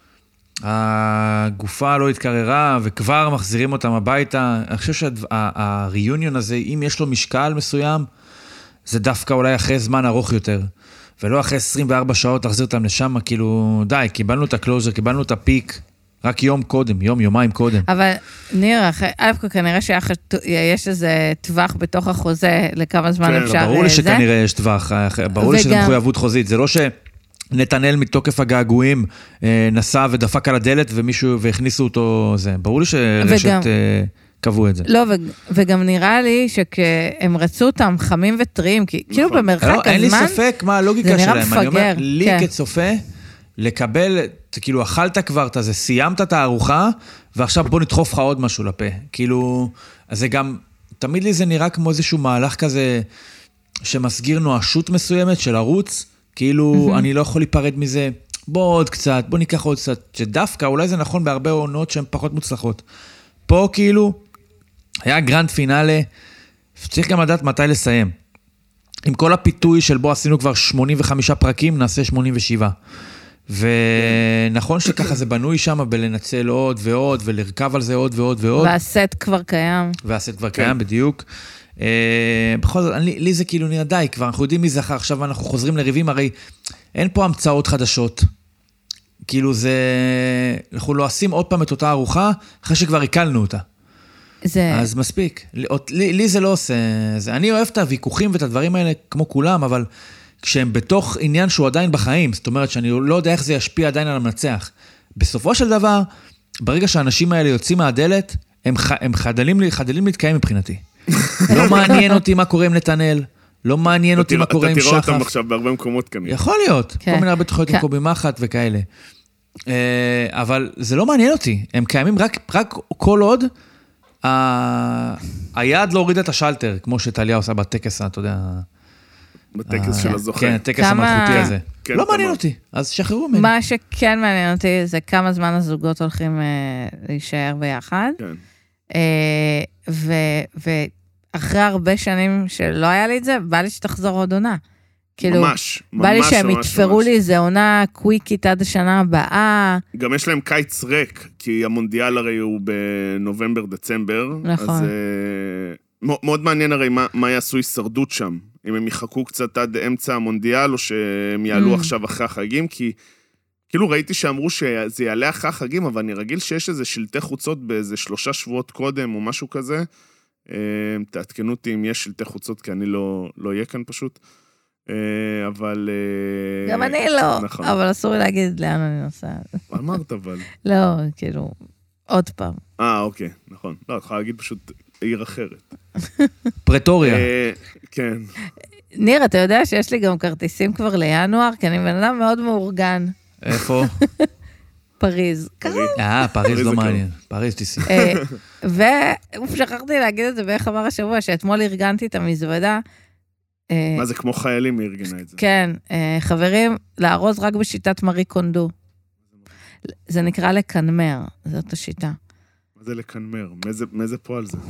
C: הגופה לא התקררה, וכבר מחזירים אותם הביתה. אני חושב שהריוניון הזה, אם יש לו משקל מסוים, זה דווקא אולי אחרי זמן ארוך יותר. ולא אחרי עשרים וארבע שעות להחזיר אותם לשם, כאילו, די, קיבלנו את הקלוזר, קיבלנו את הפיק, רק יום קודם, יום, יומיים קודם.
B: אבל ניר, א' כנראה שיש איזה טווח בתוך החוזה, לכמה זמן אפשר... כן,
C: ברור לי שכנראה יש טווח, ברור לי שזה מחויבות חוזית, זה לא שנתנאל מתוקף הגעגועים, נסע ודפק על הדלת, ומישהו, והכניסו אותו, זה, ברור לי שרשת... קבעו את זה.
B: לא, וגם נראה לי שהם רצו אותם חמים וטריים, כי כאילו במרחק הזמן...
C: אין לי ספק מה הלוגיקה שלהם. אני אומר, לי כצופה, לקבל, כאילו אכלת כבר את זה, סיימת את הארוחה, ועכשיו בוא נדחוף לך עוד משהו לפה. כאילו, אז זה גם, תמיד לי זה נראה כמו איזשהו מהלך כזה, שמסגיר נואשות מסוימת של ערוץ, כאילו אני לא יכול להיפרד מזה, בוא עוד קצת, בוא ניקח עוד קצת, שדווקא אולי זה נכון בהרבה עונות שהן פחות מוצלחות. פה כאילו, היה גרנד פינאלה, צריך גם לדעת מתי לסיים. עם כל הפיתוי של בו עשינו כבר שמונים וחמישה פרקים, נעשה שמונים ושבע. ונכון שככה זה בנוי שם בלנצל עוד ועוד, ולרכב על זה עוד ועוד ועוד.
B: והסט כבר קיים.
C: והסט כבר קיים, בדיוק. בכל זאת, לי זה כאילו נראה די, כבר אנחנו יודעים מי זה אחר, עכשיו אנחנו חוזרים לריבים, הרי אין פה המצאות חדשות. כאילו זה, אנחנו לא עושים עוד פעם את אותה ארוחה, אחרי שכבר עיקלנו אותה.
B: זה...
C: אז מספיק. לי, לי זה לא עושה... זה, אני אוהב את הוויכוחים ואת הדברים האלה כמו כולם, אבל כשהם בתוך עניין שהוא עדיין בחיים, זאת אומרת שאני לא יודע איך זה ישפיע עדיין על המנצח. בסופו של דבר, ברגע שהאנשים האלה יוצאים מהדלת, הם, ח, הם חדלים, חדלים להתקיים מבחינתי. לא מעניין אותי מה קורה עם נתנאל, לא מעניין אותי מה קורה עם שחף.
A: אתה תראה אותם עכשיו בהרבה מקומות כנראה.
C: יכול להיות, כל מיני הרבה תחויות עם קובי מחט וכאלה. אבל זה לא מעניין אותי, הם קיימים רק כל עוד, היד לא הוריד את השלטר, כמו שטליה עושה בטקס, אתה יודע...
A: בטקס של הזוכה.
C: כן, הטקס המלכותי הזה. לא מעניין אותי, אז שחררו ממני.
B: מה שכן מעניין אותי, זה כמה זמן הזוגות הולכים להישאר ביחד.
A: כן.
B: ואחרי הרבה שנים שלא היה לי את זה, בא לי שתחזור עוד עונה. כאילו,
A: ממש, ממש,
B: בא לי שהם יתפרו לי איזה עונה קוויקית עד השנה הבאה.
A: גם יש להם קיץ ריק, כי המונדיאל הרי הוא בנובמבר-דצמבר.
B: נכון.
A: אז מאוד מעניין הרי מה, מה יעשו הישרדות שם. אם הם יחכו קצת עד אמצע המונדיאל, או שהם יעלו mm. עכשיו אחרי החגים, כי כאילו ראיתי שאמרו שזה יעלה אחרי החגים, אבל אני רגיל שיש איזה שלטי חוצות באיזה שלושה שבועות קודם, או משהו כזה. תעדכנו אותי אם יש שלטי חוצות, כי אני לא, לא אהיה כאן פשוט. אבל...
B: גם אני לא, נכון. אבל אסור לי להגיד לאן אני נוסעת.
A: מה אמרת אבל?
B: לא, כאילו, עוד פעם.
A: אה, אוקיי, נכון. לא, את יכולה להגיד פשוט עיר אחרת.
C: פרטוריה.
A: כן.
B: ניר, אתה יודע שיש לי גם כרטיסים כבר לינואר, כי אני בן אדם מאוד מאורגן.
C: איפה?
B: פריז.
C: אה, פריז לא מעניין. פריז תיסי.
B: ושכחתי להגיד את זה באיך אמר השבוע, שאתמול ארגנתי את המזוודה.
A: מה זה, כמו חיילים מי ארגנה את זה?
B: כן, חברים, לארוז רק בשיטת מארי קונדו. זה נקרא לקנמר, זאת השיטה.
A: מה זה לקנמר? מאיזה פועל זה?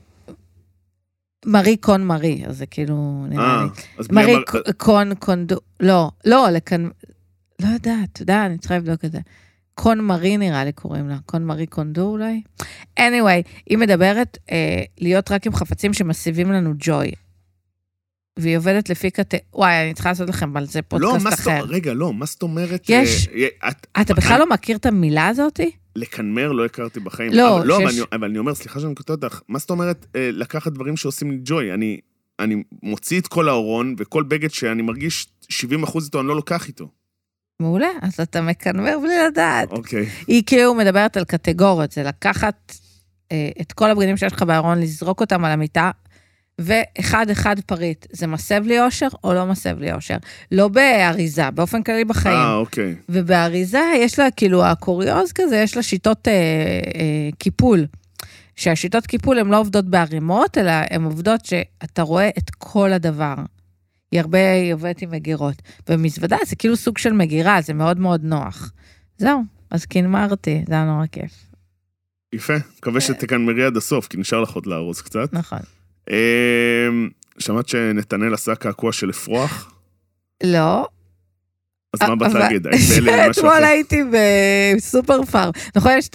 B: מארי קון מארי, אז זה כאילו נראה לי.
A: מארי
B: קון קונדו, לא, לא, לקנמר, לא יודעת, אתה יודע, אני צריכה לבדוק את זה. קון מארי נראה לי קוראים לה, קון מארי קונדו אולי. anyway, היא מדברת להיות רק עם חפצים שמסיבים לנו ג'וי. והיא עובדת לפי קטע... וואי, אני צריכה לעשות לכם על זה פודקאסט
A: לא,
B: אחר.
A: רגע, לא, מה זאת אומרת...
B: יש... אתה בכלל לא מכיר את המילה הזאת?
A: לקנמר לא הכרתי בחיים.
B: לא,
A: שיש... אבל אני אומר, סליחה שאני כותב אותך, מה זאת אומרת לקחת דברים שעושים לי ג'וי? אני מוציא את כל האורון, וכל בגד שאני מרגיש שבעים אחוז איתו, אני לא לוקח איתו.
B: מעולה, אז אתה מקנמר בלי לדעת.
A: אוקיי.
B: היא כאילו מדברת על קטגוריות, זה לקחת את כל הבגדים שיש לך בארון, לזרוק אותם על המיטה, ואחד אחד פריט, זה מסב לי אושר או לא מסב לי אושר? לא באריזה, באופן כללי בחיים.
A: אה, אוקיי.
B: ובאריזה יש לה, כאילו, הקוריוז כזה, יש לה שיטות אה, אה, קיפול. שהשיטות קיפול הן לא עובדות בערימות, אלא הן עובדות שאתה רואה את כל הדבר. היא הרבה היא עובדת עם מגירות. ומזוודה זה כאילו סוג של מגירה, זה מאוד מאוד נוח. זהו, אז קנמרתי, זה היה נורא כיף.
A: יפה, מקווה שתקנמרי עד הסוף, כי נשאר לך עוד לארוז קצת.
B: נכון.
A: שמעת שנתנאל עשה קעקוע של אפרוח?
B: לא.
A: אז מה באת להגיד?
B: אתמול הייתי בסופר פארם. נכון, יש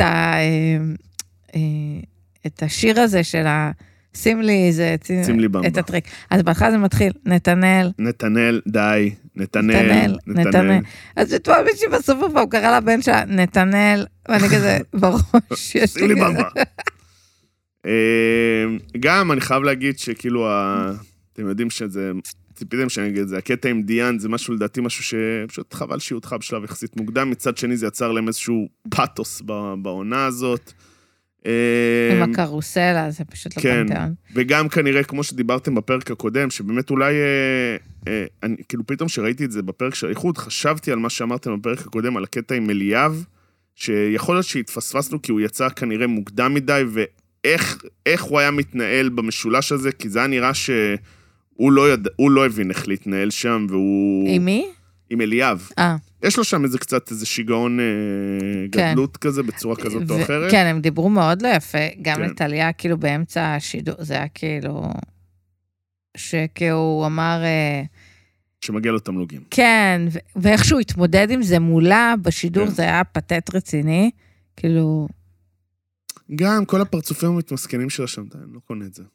B: את השיר הזה של ה... שים לי איזה...
A: שים לי במבה.
B: את הטריק. אז בהתחלה זה מתחיל, נתנאל.
A: נתנאל, די. נתנאל.
B: נתנאל. אז אתמול מישהי בסופר פארם קרא לבן שלה, נתנאל, ואני כזה בראש.
A: שים לי במבה. גם אני חייב להגיד שכאילו, אתם יודעים שזה, ציפיתם שאני אגיד את זה, הקטע עם דיאן זה משהו לדעתי, משהו שפשוט חבל שיותך בשלב יחסית מוקדם, מצד שני זה יצר להם איזשהו פאטוס בעונה הזאת.
B: עם הקרוסלה, זה פשוט לא פנתיאון.
A: וגם כנראה, כמו שדיברתם בפרק הקודם, שבאמת אולי, כאילו פתאום שראיתי את זה בפרק של האיחוד, חשבתי על מה שאמרתם בפרק הקודם, על הקטע עם אליאב, שיכול להיות שהתפספסנו, כי הוא יצא כנראה מוקדם מדי, ו... איך, איך הוא היה מתנהל במשולש הזה, כי זה היה נראה שהוא לא, יד... הוא לא הבין איך להתנהל שם, והוא...
B: עם מי?
A: עם אליאב.
B: אה.
A: יש לו שם איזה קצת, איזה שיגעון כן. גדלות כזה, בצורה כזאת ו... או אחרת.
B: כן, הם דיברו מאוד לא יפה, גם כן. לטליה, כאילו באמצע השידור, זה היה כאילו... שכאילו אמר...
A: שמגיע לו תמלוגים.
B: כן, ו... ואיך שהוא התמודד עם זה מולה, בשידור כן. זה היה פתט רציני, כאילו...
A: גם כל הפרצופים המתמסכנים שלה שם, אני לא קונה את זה.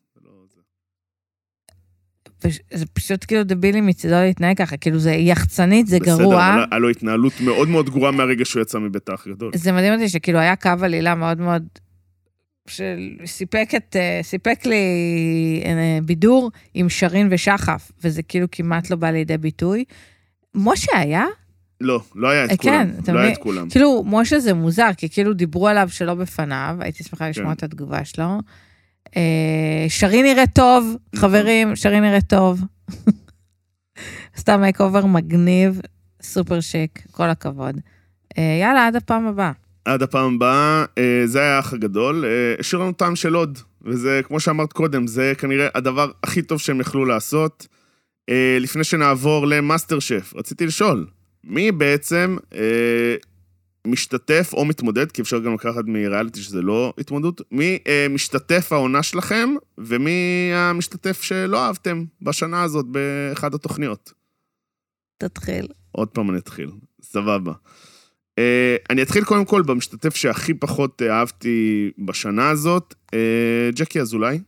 B: זה פשוט כאילו דבילי מצדו להתנהג ככה, כאילו זה יחצנית, זה גרוע.
A: בסדר, אבל היה לו התנהלות מאוד מאוד גרועה מהרגע שהוא יצא מבית האח גדול.
B: זה מדהים אותי שכאילו היה קו עלילה מאוד מאוד שסיפק את, סיפק לי בידור עם שרין ושחף, וזה כאילו כמעט לא בא לידי ביטוי. משה היה?
A: לא, לא היה את כולם. כן, לא היה את כולם.
B: כאילו, משה זה מוזר, כי כאילו דיברו עליו שלא בפניו, הייתי שמחה לשמוע את התגובה שלו. שרין נראה טוב, חברים, שרין נראה טוב. סתם מייק אובר מגניב, סופר שיק, כל הכבוד. יאללה, עד הפעם הבאה.
A: עד הפעם הבאה, זה היה האח הגדול, השאיר לנו טעם של עוד, וזה, כמו שאמרת קודם, זה כנראה הדבר הכי טוב שהם יכלו לעשות. לפני שנעבור למאסטר שף, רציתי לשאול, מי בעצם משתתף או מתמודד, כי אפשר גם לקחת מריאליטי שזה לא התמודדות, מי משתתף העונה שלכם, ומי המשתתף שלא אהבתם בשנה הזאת באחד התוכניות?
B: תתחיל.
A: עוד פעם אני אתחיל, סבבה. אני אתחיל קודם כל במשתתף שהכי פחות אהבתי בשנה הזאת, ג'קי אזולאי.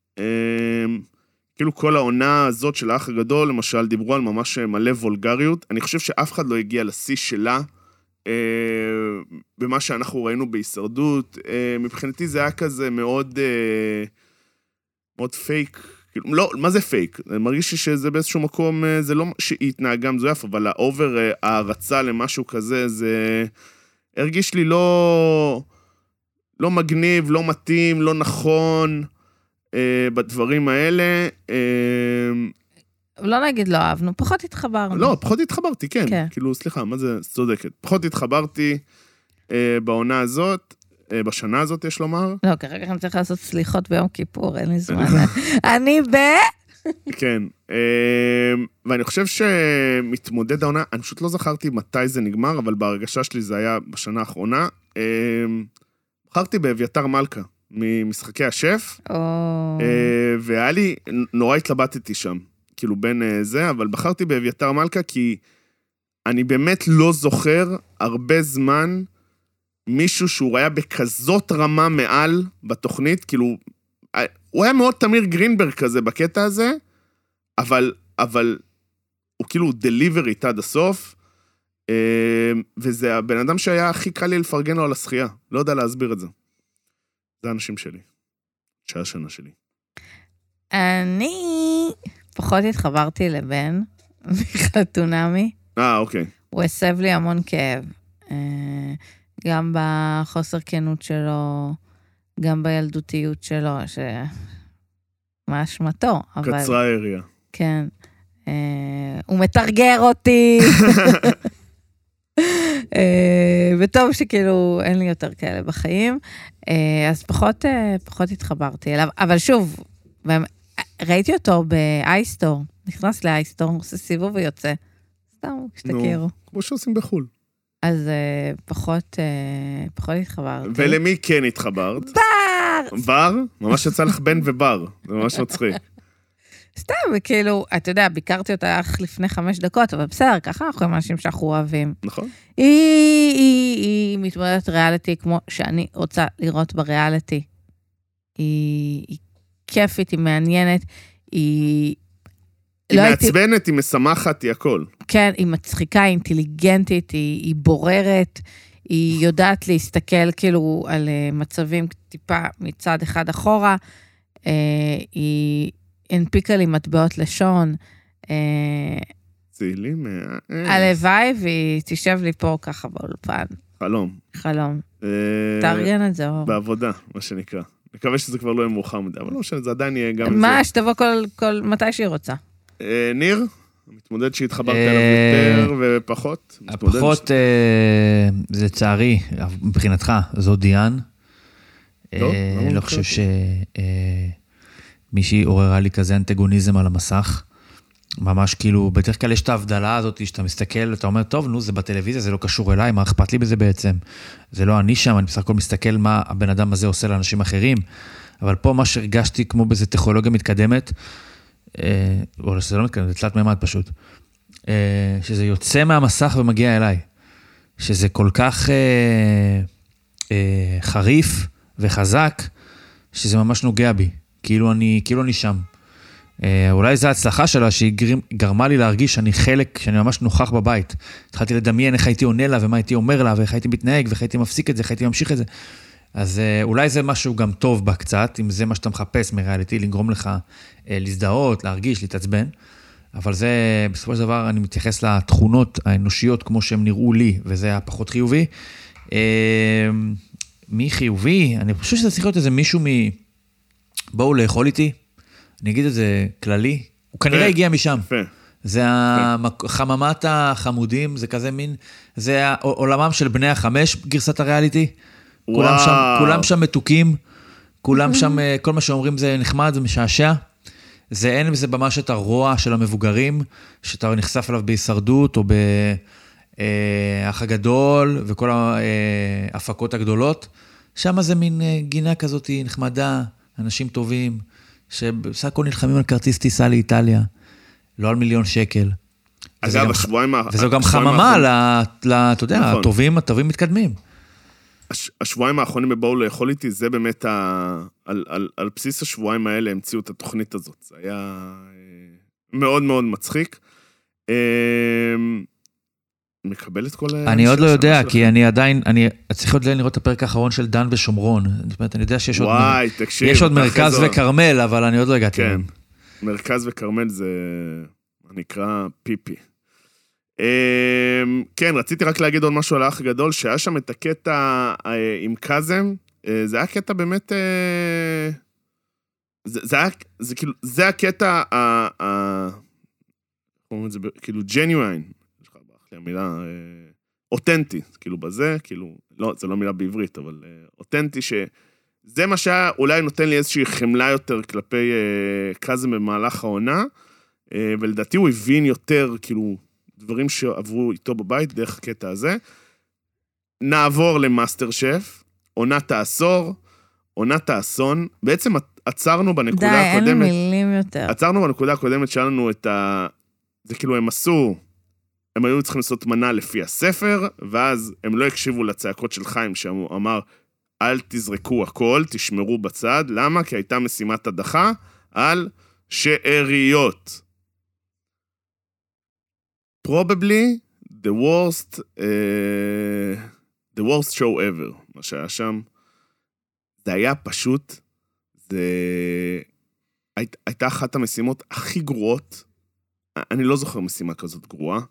A: כאילו כל העונה הזאת של האח הגדול, למשל, דיברו על ממש מלא וולגריות. אני חושב שאף אחד לא הגיע לשיא שלה, במה שאנחנו ראינו בהישרדות. מבחינתי זה היה כזה מאוד, מאוד פייק. כאילו, לא, מה זה פייק? אני מרגיש שזה באיזשהו מקום, זה לא שהיא התנהגה מזויף, אבל האובר, ההרצה למשהו כזה, זה הרגיש לי לא, לא מגניב, לא מתאים, לא נכון, אה, בדברים האלה. אה,
B: לא נגיד לא אהבנו, פחות התחברנו.
A: לא, פחות התחברתי, כן. כן. כאילו, סליחה, מה זה צודקת? פחות התחברתי אה, בעונה הזאת, בשנה הזאת יש לומר.
B: לא, כרגע אני צריך לעשות סליחות ביום כיפור, אין לי זמן. אני ב...
A: כן, ואני חושב שמתמודד העונה, אני פשוט לא זכרתי מתי זה נגמר, אבל בהרגשה שלי זה היה בשנה האחרונה. בחרתי באביתר מלכה, ממשחקי השף, והיה לי, נורא התלבטתי שם, כאילו בין זה, אבל בחרתי באביתר מלכה, כי אני באמת לא זוכר הרבה זמן, מישהו שהוא היה בכזאת רמה מעל בתוכנית, כאילו, הוא היה מאוד תמיר גרינברג כזה בקטע הזה, אבל, אבל הוא כאילו דליברית עד הסוף, וזה הבן אדם שהיה הכי קל לי לפרגן לו על השחייה, לא יודע להסביר את זה. זה האנשים שלי, שעה שנה שלי.
B: אני פחות התחברתי לבן, מחתונמי.
A: אה, אוקיי.
B: הוא הסב לי המון כאב. גם בחוסר כנות שלו, גם בילדותיות שלו, שמה אשמתו, אבל...
A: קצרה העירייה.
B: כן. אה, הוא מתרגר אותי. אה, וטוב שכאילו אין לי יותר כאלה בחיים. אה, אז פחות, אה, פחות התחברתי אליו. אבל שוב, ראיתי אותו באייסטור, נכנס לאייסטור, עושה סיבוב ויוצא. סתם, שתכירו.
A: כמו שעושים בחול.
B: אז uh, פחות, uh, פחות התחברתי.
A: ולמי כן התחברת?
B: בר!
A: בר? ממש יצא לך בן ובר, זה ממש מצחיק.
B: סתם, כאילו, אתה יודע, ביקרתי אותה לפני חמש דקות, אבל בסדר, ככה אנחנו עם אנשים שאנחנו אוהבים.
A: נכון.
B: היא, היא, היא מתמודדת ריאליטי כמו שאני רוצה לראות בריאליטי. היא, היא כיפית, היא מעניינת, היא...
A: היא לא מעצבנת, הייתי... היא משמחת, היא הכל.
B: כן, היא מצחיקה, היא אינטליגנטית, היא, היא בוררת, היא יודעת להסתכל כאילו על מצבים טיפה מצד אחד אחורה, היא הנפיקה לי מטבעות לשון.
A: צעילים.
B: הלוואי, והיא תשב לי פה ככה באולפן.
A: חלום.
B: חלום. תארגן את זה, אור.
A: בעבודה, מה שנקרא. מקווה שזה כבר לא יהיה מאוחר מדי, אבל לא משנה, זה עדיין יהיה גם...
B: מה, שתבוא כל מתי שהיא רוצה.
A: ניר, המתמודד שהתחברת אליו יותר ופחות?
C: הפחות, זה צערי, מבחינתך, זו דיאן. אני לא חושב שמישהי עוררה לי כזה אנטגוניזם על המסך. ממש כאילו, בדרך כלל יש את ההבדלה הזאת, שאתה מסתכל, אתה אומר, טוב, נו, זה בטלוויזיה, זה לא קשור אליי, מה אכפת לי בזה בעצם? זה לא אני שם, אני בסך הכל מסתכל מה הבן אדם הזה עושה לאנשים אחרים, אבל פה מה שהרגשתי כמו באיזו טכנולוגיה מתקדמת, או שזה לא מתקדם, זה תלת מימד פשוט, שזה יוצא מהמסך ומגיע אליי, שזה כל כך חריף וחזק, שזה ממש נוגע בי, כאילו אני, כאילו אני שם. אולי זו ההצלחה שלה, שהיא גרמה לי להרגיש שאני חלק, שאני ממש נוכח בבית. התחלתי לדמיין איך הייתי עונה לה, ומה הייתי אומר לה, ואיך הייתי מתנהג, ואיך הייתי מפסיק את זה, איך הייתי ממשיך את זה. אז אולי זה משהו גם טוב בה קצת, אם זה מה שאתה מחפש מריאליטי, לגרום לך להזדהות, להרגיש, להתעצבן, אבל זה, בסופו של דבר, אני מתייחס לתכונות האנושיות כמו שהם נראו לי, וזה היה פחות חיובי. מי חיובי? אני חושב שזה צריך להיות איזה מישהו מ... בואו לאכול איתי, אני אגיד את זה כללי, הוא כנראה הגיע משם. זה חממת החמודים, זה כזה מין, זה עולמם של בני החמש, גרסת הריאליטי. כולם שם, כולם שם מתוקים, כולם שם, כל מה שאומרים זה נחמד, זה משעשע. זה אין בזה ממש את הרוע של המבוגרים, שאתה נחשף אליו בהישרדות, או באח הגדול, וכל ההפקות הגדולות. שם זה מין גינה כזאת נחמדה, אנשים טובים, שבסך הכל נלחמים על כרטיס טיסה לאיטליה, לא על מיליון שקל.
A: אגב, השבועיים...
C: וזו גם חממה, אתה יודע, הטובים, הטובים מתקדמים.
A: השבועיים האחרונים בבואו לאכול איתי, זה באמת, על בסיס השבועיים האלה המציאו את התוכנית הזאת. זה היה מאוד מאוד מצחיק. מקבל את כל...
C: אני עוד לא יודע, כי אני עדיין, אני צריך עוד לראות את הפרק האחרון של דן ושומרון. זאת אומרת, אני יודע שיש עוד...
A: וואי, תקשיב.
C: יש עוד מרכז וקרמל, אבל אני עוד לא הגעתי.
A: כן, מרכז וקרמל זה נקרא פיפי. כן, רציתי רק להגיד עוד משהו על האח הגדול, שהיה שם את הקטע עם קזם, זה היה קטע באמת... זה היה, זה כאילו, זה הקטע, כאילו, genuine. המילה אותנטי, כאילו בזה, כאילו, לא, זה לא מילה בעברית, אבל אותנטי, שזה מה שהיה, אולי נותן לי איזושהי חמלה יותר כלפי קזם במהלך העונה, ולדעתי הוא הבין יותר, כאילו, דברים שעברו איתו בבית, דרך הקטע הזה. נעבור למאסטר שף, עונת העשור, עונת האסון, בעצם עצרנו בנקודה
B: די,
A: הקודמת.
B: די, אין מילים יותר.
A: עצרנו בנקודה הקודמת שלנו את ה... זה כאילו הם עשו... הם היו צריכים לעשות מנה לפי הספר, ואז הם לא הקשיבו לצעקות של חיים, שאמר, אל תזרקו הכל, תשמרו בצד. למה? כי הייתה משימת הדחה על שאריות. Probably the worst, uh, the worst show ever, מה שהיה שם. זה היה פשוט, זה... היית, הייתה אחת המשימות הכי גרועות, אני לא זוכר משימה כזאת גרועה,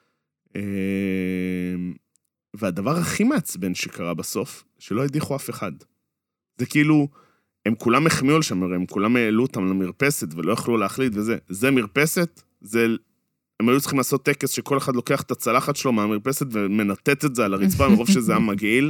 A: והדבר הכי מעצבן שקרה בסוף, שלא הדיחו אף אחד. זה כאילו, הם כולם החמיאו לשם, הם כולם העלו אותם למרפסת, ולא יכלו להחליט, וזה, זה מרפסת, זה, הם היו צריכים לעשות טקס שכל אחד לוקח את הצלחת שלו מהמרפסת, ומנטט את זה על הרצפה, מרוב שזה היה מגעיל.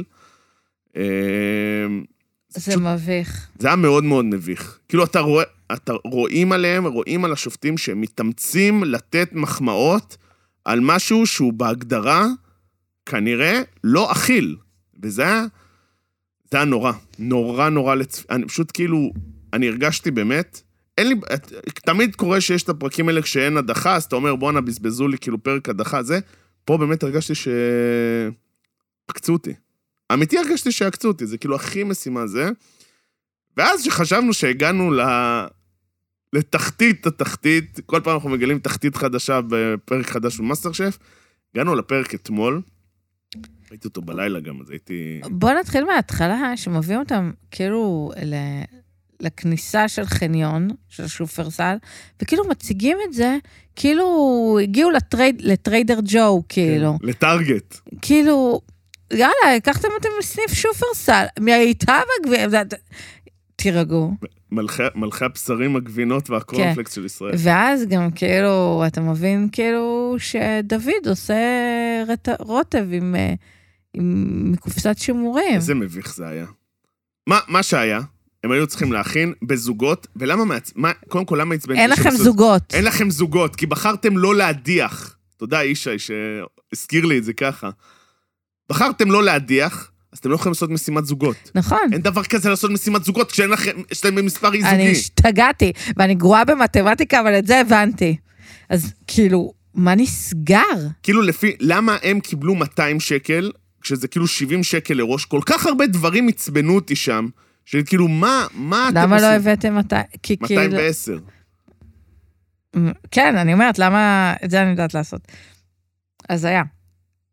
B: זה מביך.
A: זה היה מאוד מאוד מביך. כאילו, אתה רואה, אתה רואים עליהם, רואים על השופטים שהם מתאמצים לתת מחמאות, על משהו שהוא בהגדרה, כנראה, לא אכיל. וזה היה, זה היה נורא, נורא נורא לצפ... אני פשוט כאילו, אני הרגשתי באמת, אין לי, תמיד קורה שיש את הפרקים האלה כשאין הדחה, אז אתה אומר, בוא נבזבזו לי כאילו פרק הדחה, זה, פה באמת הרגשתי שעקצו אותי. אמיתי הרגשתי שעקצו אותי, זה כאילו הכי משימה זה, ואז שחשבנו שהגענו ל... לתחתית התחתית, כל פעם אנחנו מגלים תחתית חדשה בפרק חדש במאסטר שף, הגענו לפרק אתמול, הייתי אותו בלילה גם, אז הייתי...
B: בוא נתחיל מההתחלה, שמביאים אותם כאילו לכניסה של חניון, של שופרסל, וכאילו מציגים את זה, כאילו הגיעו לטרייד, לטריידר ג'ו, כאילו.
A: לטארגט.
B: כאילו, יאללה, לקחתם אותם לסניף שופרסל, מהייתה בגביע, תירגעו.
A: מלכי, מלכי הבשרים, הגבינות והקורנפלקס של ישראל.
B: ואז גם כאילו, אתה מבין כאילו שדוד עושה רט... רוטב עם, עם מקופסת שימורים.
A: איזה מביך זה היה. מה, מה שהיה, הם היו צריכים להכין בזוגות, ולמה מעצ... מה, קודם כל, למה עצבנתי?
B: אין לכם זוגות.
A: אין לכם זוגות, כי בחרתם לא להדיח. תודה, אישי, שהזכיר לי את זה ככה. בחרתם לא להדיח, אז אתם לא יכולים לעשות משימת זוגות.
B: נכון.
A: אין דבר כזה לעשות משימת זוגות, כשאין לכם, יש להם במספר אי זוגי.
B: אני השתגעתי, ואני גרועה במתמטיקה, אבל את זה הבנתי. אז כאילו, מה נסגר?
A: כאילו לפי, למה הם קיבלו מאתיים שקל, כשזה כאילו שבעים שקל לראש, כל כך הרבה דברים הצבנו אותי שם, שכאילו, מה, מה אתם עושים?
B: למה לא הבאתם
A: מאתיים ועשר?
B: כן, אני אומרת, למה, את זה אני יודעת לעשות. אז היה.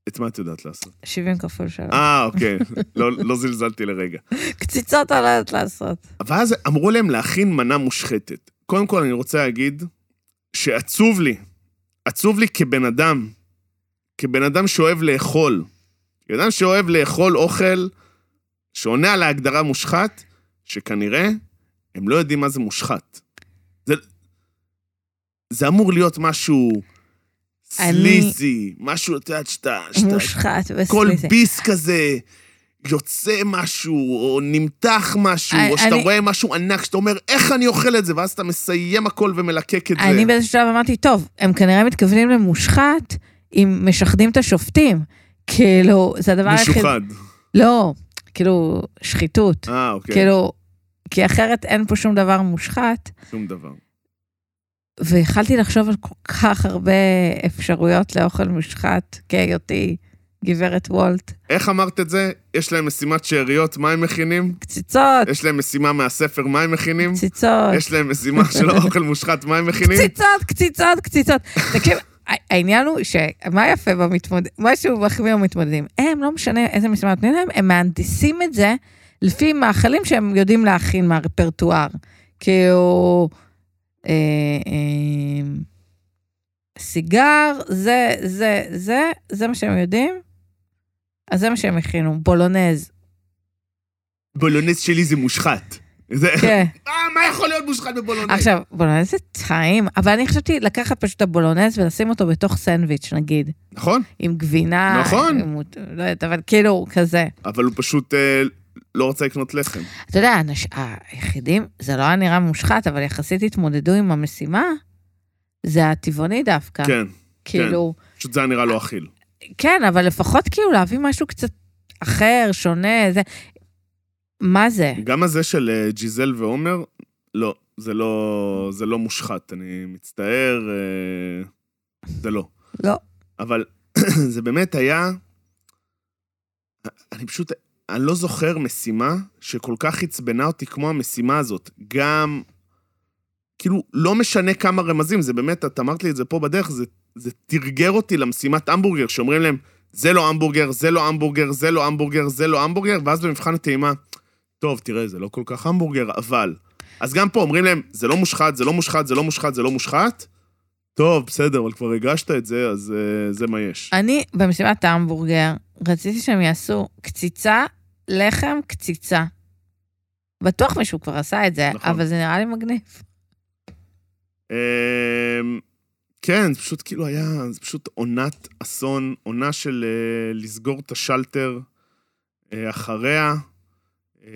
A: את מה את יודעת לעשות?
B: שבעים כפול שלוש.
A: אה, אוקיי. לא, לא זלזלתי לרגע.
B: קציצות אני לא יודעת לעשות.
A: ואז אמרו להם להכין מנה מושחתת. קודם כל אני רוצה להגיד שעצוב לי, עצוב לי כבן אדם, כבן אדם שאוהב לאכול, כבן אדם שאוהב לאכול אוכל, שעונה על ההגדרה מושחת, שכנראה הם לא יודעים מה זה מושחת. זה, זה אמור להיות משהו סליזי, משהו, אתה יודעת, שאתה...
B: מושחת וסליזי.
A: כל ביס כזה, יוצא משהו, או נמתח משהו,
B: אני,
A: או שאתה
B: אני...
A: רואה משהו ענק, שאתה אומר, איך אני אוכל את זה? ואז אתה מסיים הכל ומלקק את זה.
B: אני באיזשהו שלב אמרתי, טוב, הם כנראה מתכוונים למושחת, אם משחדים את השופטים. כאילו, זה הדבר היחיד...
A: משוחד.
B: לא, כאילו, שחיתות.
A: אה, אוקיי.
B: כאילו, כי אחרת אין פה שום דבר מושחת.
A: שום דבר.
B: והחלתי לחשוב על כל כך הרבה אפשרויות לאוכל מושחת, כהיותי גברת וולט.
A: איך אמרת את זה? יש להם משימת שאריות, מה הם מכינים?
B: קציצות.
A: יש להם משימה מהספר, מה הם מכינים?
B: קציצות.
A: יש להם משימה של אוכל מושחת, מה הם מכינים?
B: קציצות, קציצות, קציצות. תקשיב, העניין הוא שמה יפה במתמודדים, משהו מחמיא במתמודדים, הם לא משנה איזה משימה נותנים להם, הם מהנדסים את זה לפי מאכלים שהם יודעים להכין מהרפרטואר. כאילו, אה, אה, סיגר, זה, זה, זה, זה מה שהם יודעים, אז זה מה שהם הכינו, בולונז.
A: בולונז שלי זה מושחת.
B: כן.
A: אה, מה יכול להיות מושחת בבולונז?
B: עכשיו, בולונז זה טעים, אבל אני חשבתי לקחת פשוט את הבולונז ולשים אותו בתוך סנדוויץ', נגיד.
A: נכון.
B: עם גבינה.
A: נכון.
B: עם, לא יודעת, אבל כאילו, כזה.
A: אבל הוא פשוט אה, לא רוצה לקנות לחם.
B: אתה יודע, האנש, היחידים, זה לא היה נראה מושחת, אבל יחסית התמודדו עם המשימה, זה הטבעוני דווקא.
A: כן,
B: כאילו,
A: כן. פשוט זה היה נראה לא אכיל.
B: כן, אבל לפחות כאילו להביא משהו קצת אחר, שונה, זה... מה זה?
A: גם הזה של אה, ג'יזל ועומר, לא, זה לא, זה לא מושחת, אני מצטער, אה, זה לא.
B: לא.
A: אבל זה באמת היה, אני פשוט, אני לא זוכר משימה שכל כך הצבנה אותי כמו המשימה הזאת. גם, כאילו, לא משנה כמה רמזים, זה באמת, את אמרת לי את זה פה בדרך, זה, זה תרגר אותי למשימת המבורגר, שאומרים להם, זה לא המבורגר, זה לא המבורגר, זה לא המבורגר, זה לא המבורגר, ואז במבחן הטעימה, טוב, תראה, זה לא כל כך המבורגר, אבל... אז גם פה אומרים להם, זה לא מושחת, זה לא מושחת, זה לא מושחת, זה לא מושחת. טוב, בסדר, אבל כבר הגשת את זה, אז uh, זה מה יש.
B: אני, במשימת ההמבורגר, רציתי שהם יעשו קציצה, לחם, קציצה. בטוח מישהו כבר עשה את זה, נכון. אבל זה נראה לי מגניב.
A: Um, כן, זה פשוט כאילו היה, זה פשוט עונת אסון, עונה של uh, לסגור את השלטר uh, אחריה. Uh,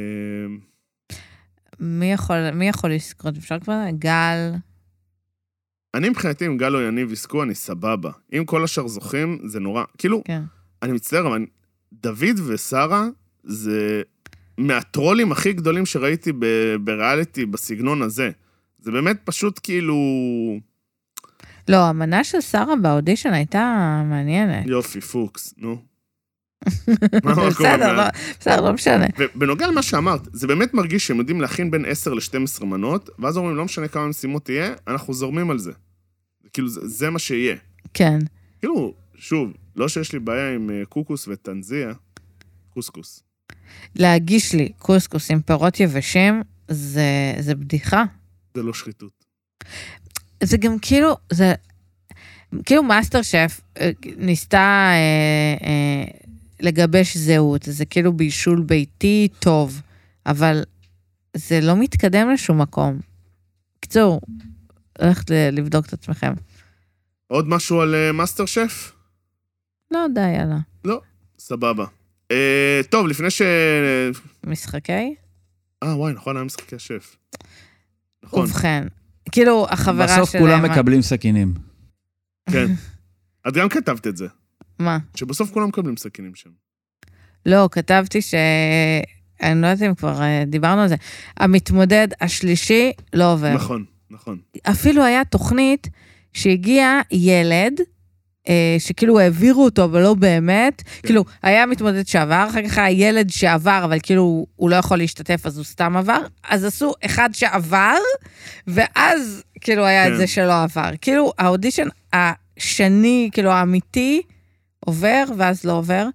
B: מי יכול, מי יכול לזכות? אפשר כבר? גל...
A: אני מבחינתי, אם גל או יניב יזכו, אני סבבה. אם כל השאר זוכים, זה נורא. כאילו,
B: כן.
A: אני מצטער, אבל דוד ושרה, זה מהטרולים הכי גדולים שראיתי ב- בריאליטי, בסגנון הזה. זה באמת פשוט כאילו...
B: לא, המנה של שרה באודישן הייתה מעניינת.
A: יופי, פוקס, נו.
B: בסדר, לא, בסדר, לא משנה.
A: ובנוגע למה שאמרת, זה באמת מרגיש שהם יודעים להכין בין עשר ל-שתים עשרה מנות, ואז אומרים, לא משנה כמה משימות תהיה, אנחנו זורמים על זה. כאילו, זה, זה מה שיהיה.
B: כן.
A: כאילו, שוב, לא שיש לי בעיה עם קוקוס וטנזיה, קוסקוס.
B: להגיש לי קוסקוס עם פירות יבשים, זה, זה בדיחה.
A: זה לא שחיתות.
B: זה גם כאילו, זה, כאילו מאסטר שף ניסתה אה, אה, לגבש זהות, זה כאילו בישול ביתי טוב, אבל זה לא מתקדם לשום מקום. קצור, הולכת לבדוק את עצמכם.
A: עוד משהו על uh, מאסטר שף?
B: לא, די, יאללה.
A: לא, סבבה. Uh, טוב, לפני ש...
B: משחקי?
A: אה, וואי, נכון, היה משחקי השף. נכון.
B: ובכן, כאילו החברה שלהם...
C: בסוף כולם מקבלים סכינים.
A: כן. את גם כתבת את זה.
B: מה?
A: שבסוף כולם מקבלים סכינים שם.
B: לא, כתבתי ש... אני לא יודעת אם כבר דיברנו על זה. המתמודד השלישי לא עובר.
A: נכון, נכון.
B: אפילו היה תוכנית שהגיע ילד, שכאילו העבירו אותו, אבל לא באמת. כן. כאילו, היה מתמודד שעבר, אחר כך היה ילד שעבר, אבל כאילו הוא לא יכול להשתתף, אז הוא סתם עבר. אז עשו אחד שעבר, ואז כאילו היה כן. את זה שלא עבר. כאילו, האודישן השני, כאילו האמיתי, עובר ואז לא עובר.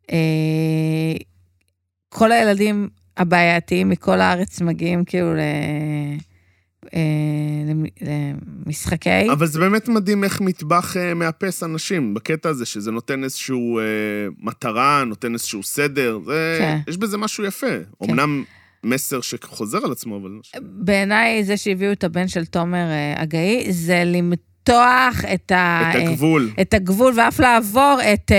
B: כל הילדים הבעייתיים מכל הארץ מגיעים כאילו למשחקי.
A: אבל זה באמת מדהים איך מטבח מאפס אנשים, בקטע הזה שזה נותן איזשהו מטרה, נותן איזשהו סדר, יש בזה משהו יפה. אמנם מסר שחוזר על עצמו, אבל...
B: בעיניי זה שהביאו את הבן של תומר אגאי, זה למתוח את ה...
A: את הגבול.
B: את הגבול, ואף לעבור את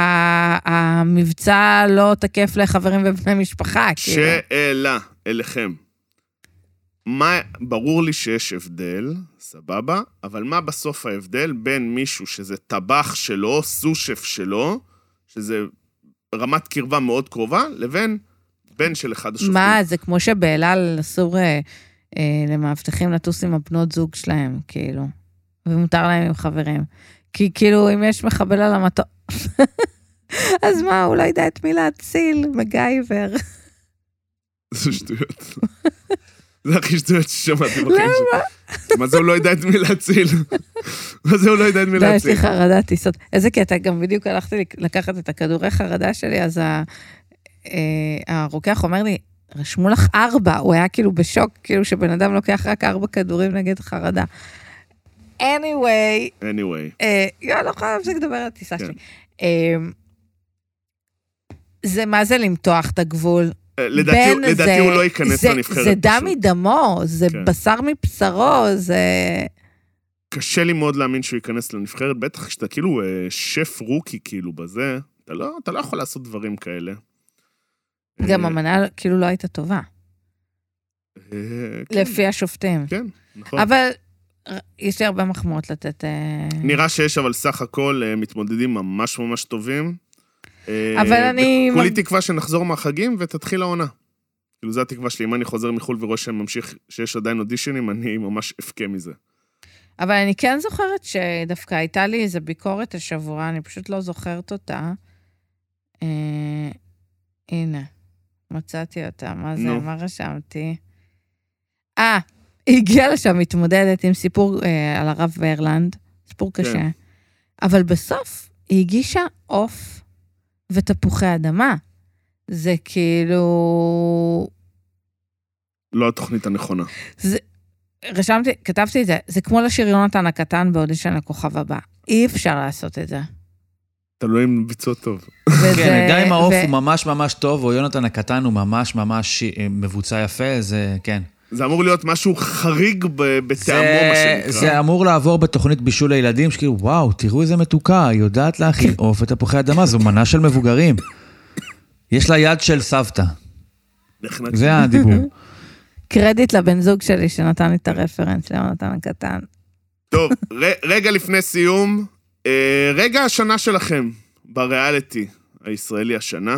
B: המבצע לא תקף לחברים ובני משפחה.
A: שאלה אליכם. מה, ברור לי שיש הבדל, סבבה, אבל מה בסוף ההבדל בין מישהו שזה טבח שלו, סושף שלו, שזה רמת קרבה מאוד קרובה, לבין בן של אחד השופטים?
B: מה, זה כמו שבאלל אסור אה, אה, למאבטחים לטוס עם הבנות זוג שלהם, כאילו, ומותר להם עם חברים. כי כאילו, אם יש מחבל על המטוס, אז מה, הוא לא ידע את מי להציל, מגייבר.
A: זה שטויות. זה הכי שטויות ששמעתי בחיים שלי. מה זה הוא לא ידע את מי להציל? מה זה הוא לא ידע את מי להציל?
B: יש לי חרדה טיסות. איזה קטע, גם בדיוק הלכתי לקחת את הכדורי חרדה שלי, אז הרוקח אומר לי, רשמו לך ארבע, הוא היה כאילו בשוק, כאילו שבן אדם לוקח רק ארבע כדורים נגד חרדה. anyway.
A: anyway.
B: יו, לא יכולה להפסיק לדבר על הטיסה שלי. זה מה זה למתוח את הגבול?
A: לדעתי הוא לא ייכנס לנבחרת.
B: זה דם מדמו, זה בשר מבשרו, זה...
A: קשה לי מאוד להאמין שהוא ייכנס לנבחרת, בטח כשאתה כאילו שף רוקי כאילו בזה, אתה לא יכול לעשות דברים כאלה.
B: גם המנה כאילו לא הייתה טובה. לפי השופטים.
A: כן, נכון.
B: אבל יש לי הרבה מחמאות לתת...
A: נראה שיש אבל סך הכל מתמודדים ממש ממש טובים.
B: אבל אני...
A: כולי תקווה שנחזור מהחגים ותתחיל העונה. כאילו זו התקווה שלי, אם אני חוזר מחול ורואה שממשיך, שיש עדיין אודישנים, אני ממש אפקה מזה.
B: אבל אני כן זוכרת שדווקא הייתה לי איזו ביקורת השבוע, אני פשוט לא זוכרת אותה. הנה, מצאתי אותה, מה זה, מה רשמתי? אה, היא הגיעה לשם, מתמודדת עם סיפור על הרב בארלנד, סיפור קשה. אבל בסוף היא הגישה אוף, ותפוחי אדמה. זה כאילו...
A: לא התוכנית הנכונה.
B: זה... רשמתי, כתבתי את זה, זה כמו לשיר יונתן הקטן באודישן לכוכב הבא. אי אפשר לעשות את זה.
A: תלוי אם ביצוע טוב.
C: כן, גם אם העוף הוא ממש ממש טוב, או יונתן הקטן הוא ממש ממש מבוצע יפה, זה כן.
A: זה אמור להיות משהו חריג בטעמו, מה שנקרא.
C: זה אמור לעבור בתוכנית בישול לילדים, שכאילו, וואו, תראו איזה מתוקה, היא יודעת להכין עוף ותפוחי אדמה, זו מנה של מבוגרים. יש לה יד של סבתא. זה הדיבור.
B: קרדיט לבן זוג שלי, שנתן לי את הרפרנס, ליונתן הקטן.
A: טוב, רגע לפני סיום, רגע השנה שלכם, בריאליטי הישראלי השנה,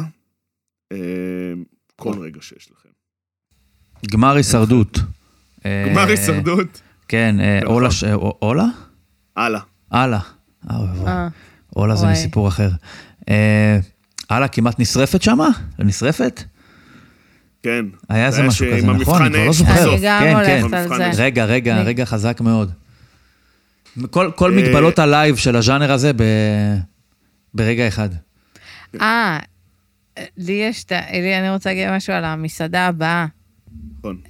A: כל רגע שיש לכם.
C: גמר הישרדות.
A: גמר הישרדות?
C: כן, אולה, אולה?
A: אלה.
C: אלה. אולה זה מסיפור אחר. אלה כמעט נשרפת שמה? נשרפת?
A: כן.
C: היה איזה משהו כזה, נכון? אני כבר לא זוכר.
B: אני גם הולכת על זה.
C: רגע, רגע, רגע חזק מאוד. כל מגבלות הלייב של הז'אנר הזה ברגע אחד.
B: אה, לי יש, לי אני רוצה להגיד משהו על המסעדה הבאה.
A: נכון.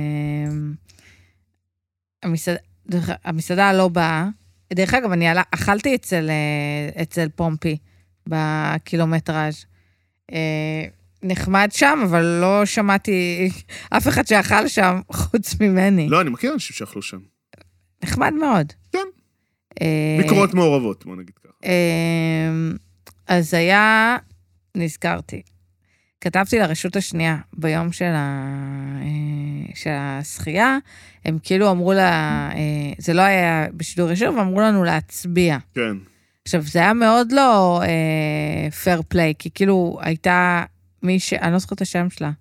B: המסעדה לא באה. דרך אגב, אני אכלתי אצל פומפי בקילומטראז'. נחמד שם, אבל לא שמעתי אף אחד שאכל שם חוץ ממני.
A: לא, אני מכיר אנשים שאכלו שם.
B: נחמד מאוד.
A: כן. ביקורות מעורבות, בוא נגיד ככה.
B: אז היה, נזכרתי, כתבתי לרשות השנייה, ביום של, ה... של השחייה, הם כאילו אמרו לה, זה לא היה בשידור ישיר, ואמרו לנו להצביע.
A: כן.
B: עכשיו, זה היה מאוד לא פייר פליי, כי כאילו הייתה מי ש... אני לא זוכרת את השם שלה.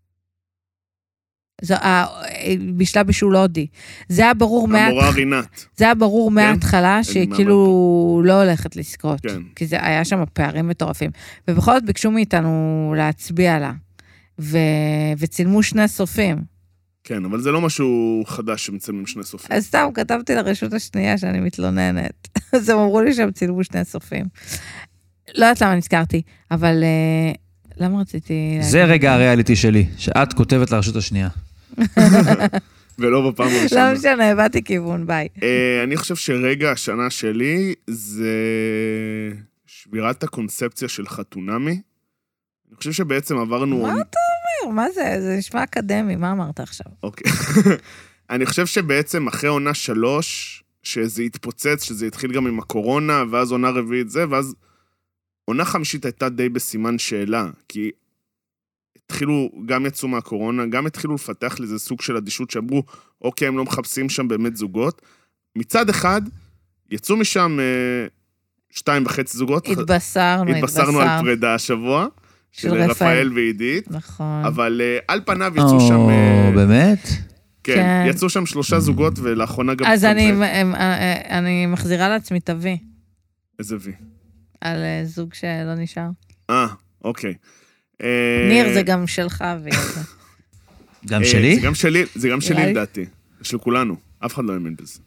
B: זו, בשלה בישול הודי. זה היה ברור מההתחלה.
A: המורה רינת.
B: זה היה ברור מההתחלה שכאילו לא הולכת לזכות.
A: כן.
B: כי זה היה שם פערים מטורפים. ובכל זאת ביקשו מאיתנו להצביע לה. ו... וצילמו שני סופים.
A: כן, אבל זה לא משהו חדש שמצלמים שני סופים.
B: אז סתם כתבתי לרשות השנייה שאני מתלוננת. אז הם אמרו לי שהם צילמו שני סופים. לא יודעת למה נזכרתי, אבל למה רציתי...
C: זה רגע הריאליטי שלי, שאת כותבת לרשות השנייה.
A: ולא בפעם הראשונה.
B: לא משנה, באתי כיוון, ביי.
A: אני חושב שרגע השנה שלי זה שבירת הקונספציה של חתונמי. אני חושב שבעצם עברנו...
B: מה אתה אומר? מה זה? זה נשמע אקדמי, מה אמרת עכשיו?
A: אוקיי. אני חושב שבעצם אחרי עונה שלוש, שזה התפוצץ, שזה התחיל גם עם הקורונה, ואז עונה רביעית זה, ואז עונה חמישית הייתה די בסימן שאלה, כי התחילו, גם יצאו מהקורונה, גם התחילו לפתח לזה סוג של אדישות שאמרו, אוקיי, הם לא מחפשים שם באמת זוגות. מצד אחד, יצאו משם אה, שתיים וחצי זוגות.
B: התבשרנו,
A: התבשרנו על פרידה השבוע, של, של רפאל ועידית.
B: נכון.
A: אבל אה, על פניו יצאו שם...
C: או,
A: אה,
C: באמת?
A: כן, כן, יצאו שם שלושה זוגות, ולאחרונה גם...
B: אז אני, אני מחזירה לעצמי תביא.
A: איזה וי?
B: על זוג שלא נשאר.
A: אה, אוקיי.
B: ניר, זה גם שלך, ויזה.
C: גם שלי?
A: זה גם שלי, זה גם שלי, לדעתי. של כולנו. אף אחד לא האמין בזה.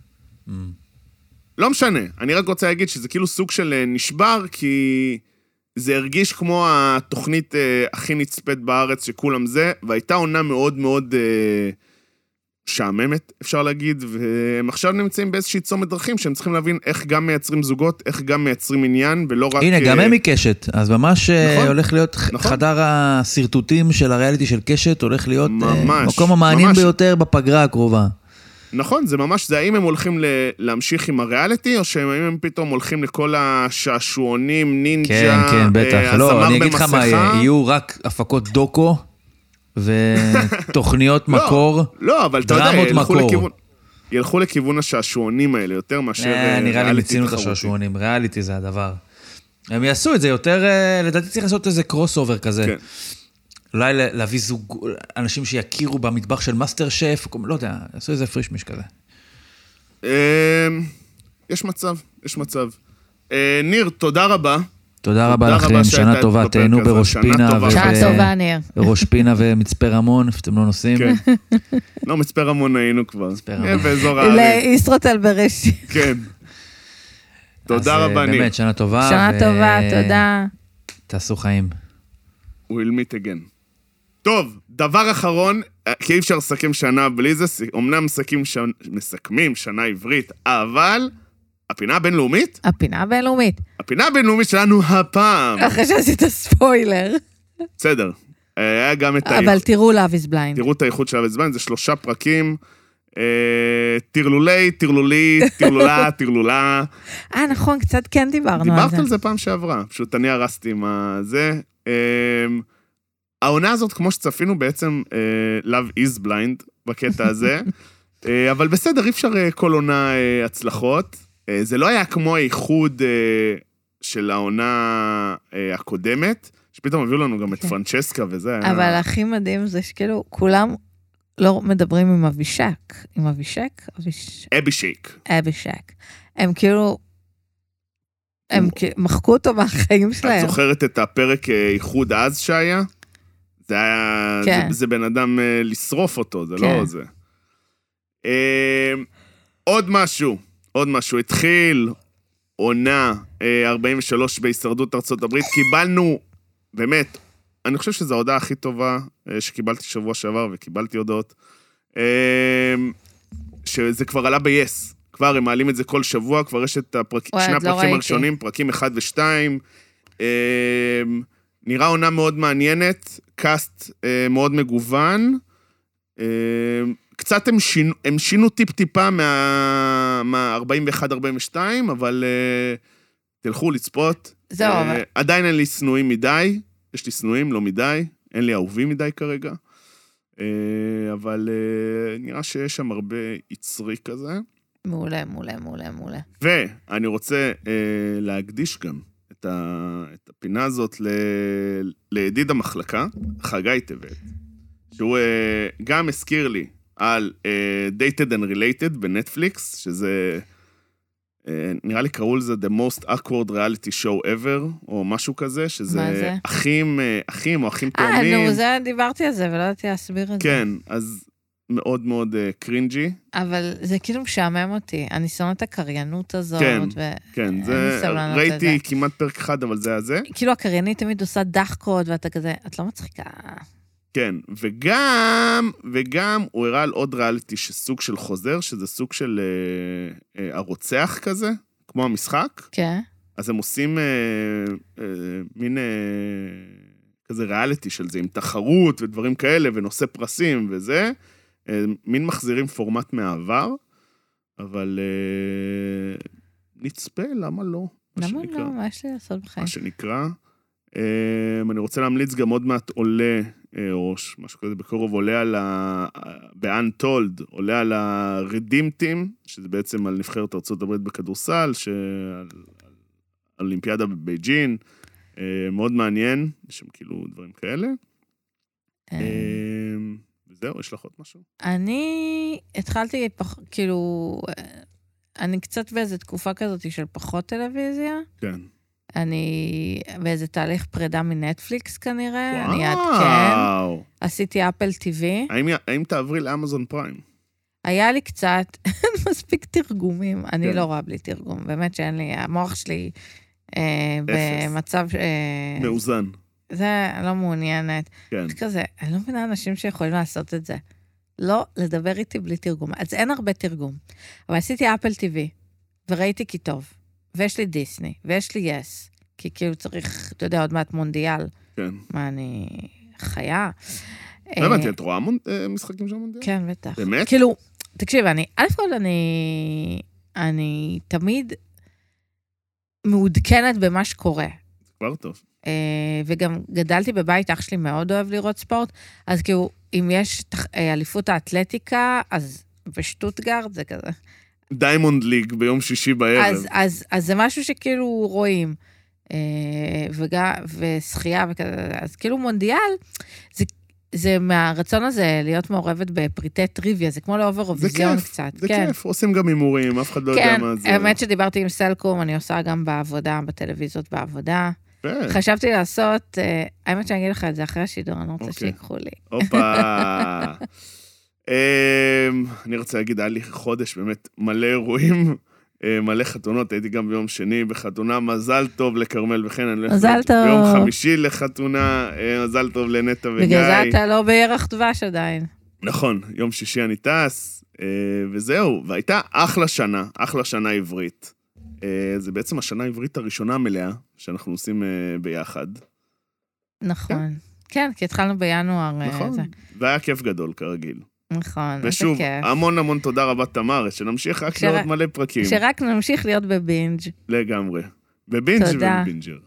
A: לא משנה. אני רק רוצה להגיד שזה כאילו סוג של נשבר, כי זה הרגיש כמו התוכנית הכי נצפית בארץ, שכולם זה, והייתה עונה מאוד מאוד שעממת, אפשר להגיד, והם עכשיו נמצאים באיזושהי צומת דרכים, שהם צריכים להבין איך גם מייצרים זוגות, איך גם מייצרים עניין, ולא רק...
C: הנה, גם הם מקשת, אז ממש הולך להיות חדר הסרטוטים של הריאליטי של קשת, הולך להיות מקום המעניין ביותר בפגרה הקרובה.
A: נכון, זה ממש, זה האם הם הולכים להמשיך עם הריאליטי, או שהם הם פתאום הולכים לכל השעשועונים, נינג'ה,
C: כן, כן, בטח. לא, אני אגיד לך מה, יהיו רק הפקות דוקו, ותוכניות מקור,
A: לא, אבל אתה יודע, ילכו לכיוון השעשועונים האלה, יותר מאשר ריאליטי.
C: נראה לי מצינו את השעשועונים, ריאליטי זה הדבר. הם יעשו את זה יותר, לדעתי צריך לעשות איזה קרוס אובר כזה. אולי להביא זוג, אנשים שיכירו במטבח של מאסטר שף, לא יודע, יעשו איזה פרישמיש כזה.
A: יש מצב, יש מצב. ניר, תודה רבה.
C: תודה רבה לכם, שנה טובה, תהנו בראש פינה.
B: שנה טובה, ניר.
C: בראש פינה ומצפה רמון, איפה אתם לא נוסעים?
A: לא, מצפה רמון היינו כבר.
C: מצפה רמון.
A: באזור הערים.
B: לישרוטל בראשי.
A: כן. תודה רבה, ניר.
C: באמת, שנה טובה.
B: שנה טובה, תודה.
C: תעשו חיים.
A: We'll meet again. טוב, דבר אחרון, כי אי אפשר לסכם שנה בלי זה, אמנם מסכמים שנה עברית, אבל... הפינה הבינלאומית?
B: הפינה הבינלאומית.
A: הפינה הבינלאומית שלנו הפעם.
B: אחרי שעשית ספוילר.
A: בסדר. היה גם את האיחוד.
B: אבל תראו Love is Blind.
A: תראו את האיחוד של Love is Blind, זה שלושה פרקים. תרלולי, תרלולי, תרלולה, תרלולה.
B: אה, נכון, קצת כן דיברנו על זה.
A: דיברת על זה פעם שעברה. פשוט אני הרסתי עם זה. העונה הזאת, כמו שצפינו, בעצם Love is Blind בקטע הזה. אבל בסדר, אי אפשר כל עונה הצלחות. זה לא היה כמו האיחוד של העונה הקודמת, שפתאום הביאו לנו גם את פרנצ'סקה וזה.
B: אבל הכי מדהים זה שכאילו, כולם לא מדברים עם אבישק. עם אבישק?
A: אבישק.
B: אבישק. הם כאילו, הם מחקו אותו מהחיים שלהם.
A: את זוכרת את הפרק איחוד אז שהיה? זה היה, זה בן אדם לשרוף אותו, זה לא זה. עוד משהו. עוד משהו, התחיל עונה ארבעים ושלוש בהישרדות ארצות הברית, קיבלנו, באמת, אני חושב שזו ההודעה הכי טובה שקיבלתי שבוע שעבר, וקיבלתי הודעות, שזה כבר עלה ב-yes, כבר הם מעלים את זה כל שבוע, כבר יש את הפרק, שני הפרקים הראשונים, פרקים אחד ושתיים, נראה עונה מאוד מעניינת, קאסט מאוד מגוון, קצת הם שינו, הם שינו טיפ-טיפה מה, מה ארבעים ואחת ארבעים ושתיים, אבל uh, תלכו לצפות.
B: זהו, uh, אבל...
A: עדיין אין לי סנועים מדי, יש לי סנועים, לא מדי, אין לי אהובים מדי כרגע, uh, אבל uh, נראה שיש שם הרבה יצרי כזה.
B: מעולה, מעולה, מעולה, מעולה.
A: ואני רוצה uh, להקדיש גם את, ה, את הפינה הזאת ל, לידיד המחלקה, חגי טבת, שהוא uh, גם הזכיר לי, על uh, Dated and Related בנטפליקס, שזה, uh, נראה לי קראו לזה The Most Awkward Reality Show Ever, או משהו כזה, שזה אחים, uh, אחים או אחים תאומים.
B: אה, נו, זה דיברתי על זה, ולא יודעתי להסביר את
A: כן, זה. כן, אז מאוד מאוד קרינג'י.
B: אבל זה כאילו משעמם אותי. אני שונאת הקריינות הזאת.
A: כן, כן. ראיתי כמעט פרק אחד, אבל זה הזה.
B: כאילו הקריינית תמיד עושה דחקות, ואתה כזה, את לא מצחיקה.
A: כן, וגם, וגם הוא הראה על עוד ריאליטי שסוג של חוזר, שזה סוג של אה, אה, הרוצח כזה, כמו המשחק.
B: כן.
A: אז הם עושים אה, אה, מין אה, כזה ריאליטי של זה, עם תחרות ודברים כאלה, ונושא פרסים וזה. אה, מין מחזירים פורמט מהעבר, אבל אה, נצפה, למה לא?
B: למה לא? מה יש לי לעשות בחיים?
A: מה שנקרא. אה, אני רוצה להמליץ גם עוד מעט עולה, או משהו כזה בקרוב, עולה על ה... ב-Untold, עולה על ה-Redeem Team, שזה בעצם על נבחרת ארצות הברית בכדורסל, שעל אולימפיאדה בבייג'ין, מאוד מעניין, יש שם כאילו דברים כאלה. וזהו, יש לך עוד משהו?
B: אני התחלתי, כאילו, אני קצת באיזו תקופה כזאת של פחות טלוויזיה. כן. אני באיזה תהליך פרידה מנטפליקס כנראה, וואו. אני עד כן. עשיתי אפל טיווי.
A: האם, האם תעברי לאמזון פריים?
B: היה לי קצת, מספיק תרגומים, אני כן. לא רואה בלי תרגום, באמת שאין לי, המוח שלי אה, במצב... אה,
A: מאוזן.
B: זה לא מעוניינת.
A: כן.
B: כזה, אני לא מבינה אנשים שיכולים לעשות את זה. לא לדבר איתי בלי תרגום. אז אין הרבה תרגום. אבל עשיתי אפל טיווי, וראיתי כי טוב. ויש לי דיסני, ויש לי יס, כי כאילו צריך, אתה יודע, עוד מעט מונדיאל.
A: כן.
B: מה, אני חיה.
A: לא הבנתי, את רואה משחקים של מונדיאל?
B: כן, בטח.
A: באמת?
B: כאילו, תקשיב, אני, א' כל אני, אני תמיד מעודכנת במה שקורה.
A: כבר טוב.
B: וגם גדלתי בבית, אח שלי מאוד אוהב לראות ספורט, אז כאילו, אם יש אליפות האתלטיקה, אז בשטוטגרד זה כזה.
A: דיימונד ליג ביום שישי בערב.
B: אז, אז, אז זה משהו שכאילו רואים, וגם, ושחייה וכזה, אז כאילו מונדיאל, זה, זה מהרצון הזה להיות מעורבת בפריטי טריוויה, זה כמו לאוברוויזיון קצת.
A: זה
B: כן.
A: כיף, עושים גם הימורים, אף אחד לא יודע מה זה.
B: כן, האמת שדיברתי עם סלקום, אני עושה גם בעבודה, בטלוויזיות בעבודה. חשבתי לעשות, האמת שאני אגיד לך את זה אחרי השידור, אני רוצה שיקחו לי.
A: הופה. אני רוצה להגיד, היה לי חודש באמת מלא אירועים, מלא חתונות, הייתי גם ביום שני בחתונה, מזל טוב לקרמל וכן, אני
B: מזל טוב.
A: ביום חמישי לחתונה, מזל טוב לנטה וגיא.
B: בגלל זה אתה לא בירח דבש עדיין.
A: נכון, יום שישי אני טס, וזהו, והייתה אחלה שנה, אחלה שנה עברית. זה בעצם השנה העברית הראשונה המלאה, שאנחנו עושים ביחד.
B: נכון. כן, כי התחלנו בינואר.
A: נכון, והיה כיף גדול כרגיל.
B: נכון,
A: ושוב, המון המון תודה רבה תמר, שנמשיך רק לעוד מלא פרקים.
B: שרק נמשיך להיות בבינג'.
A: לגמרי. בבינג' ובבינג'ר.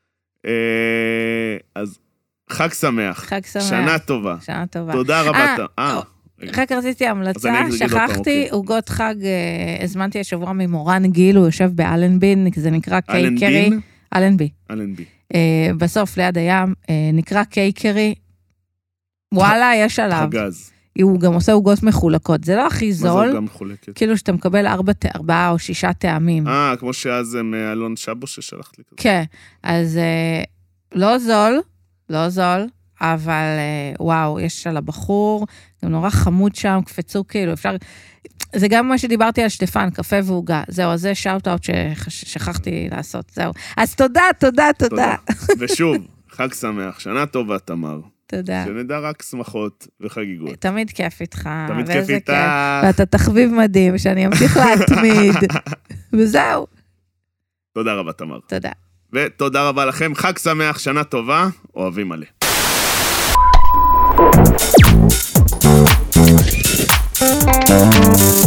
A: אז חג שמח.
B: חג שמח.
A: שנה טובה.
B: שנה טובה.
A: תודה רבה. אה,
B: רק רציתי המלצה, שכחתי, עוגות חג, הזמנתי השבוע ממורן גיל, הוא יושב באלנבין, זה נקרא קייקרי. אלנבי.
A: אלנבי.
B: בסוף, ליד הים, נקרא קייקרי. וואלה, יש עליו.
A: חגז.
B: הוא גם עושה עוגות מחולקות, זה לא הכי זול.
A: מה זה גם מחולקת?
B: כאילו שאתה מקבל ארבע, ארבעה או שישה טעמים.
A: אה, כמו שאז מאלון שבו ששלחת לי כזה.
B: כן, אז לא זול, לא זול, אבל וואו, יש על הבחור, גם נורא חמוד שם, קפצו כאילו, אפשר... זה גם מה שדיברתי על שטפן, קפה ועוגה. זהו, אז זה שאוט-אוט ששכחתי לעשות, זהו. אז תודה, תודה, תודה.
A: ושוב, חג שמח, שנה טובה, תמר.
B: תודה.
A: שנדע רק שמחות וחגיגות.
B: תמיד כיף איתך.
A: תמיד כיף איתך.
B: ואתה תחביב מדהים, שאני אמשיך להתמיד. וזהו.
A: תודה רבה, תמר.
B: תודה.
A: ותודה רבה לכם, חג שמח, שנה טובה, אוהבים מלא. Thank you.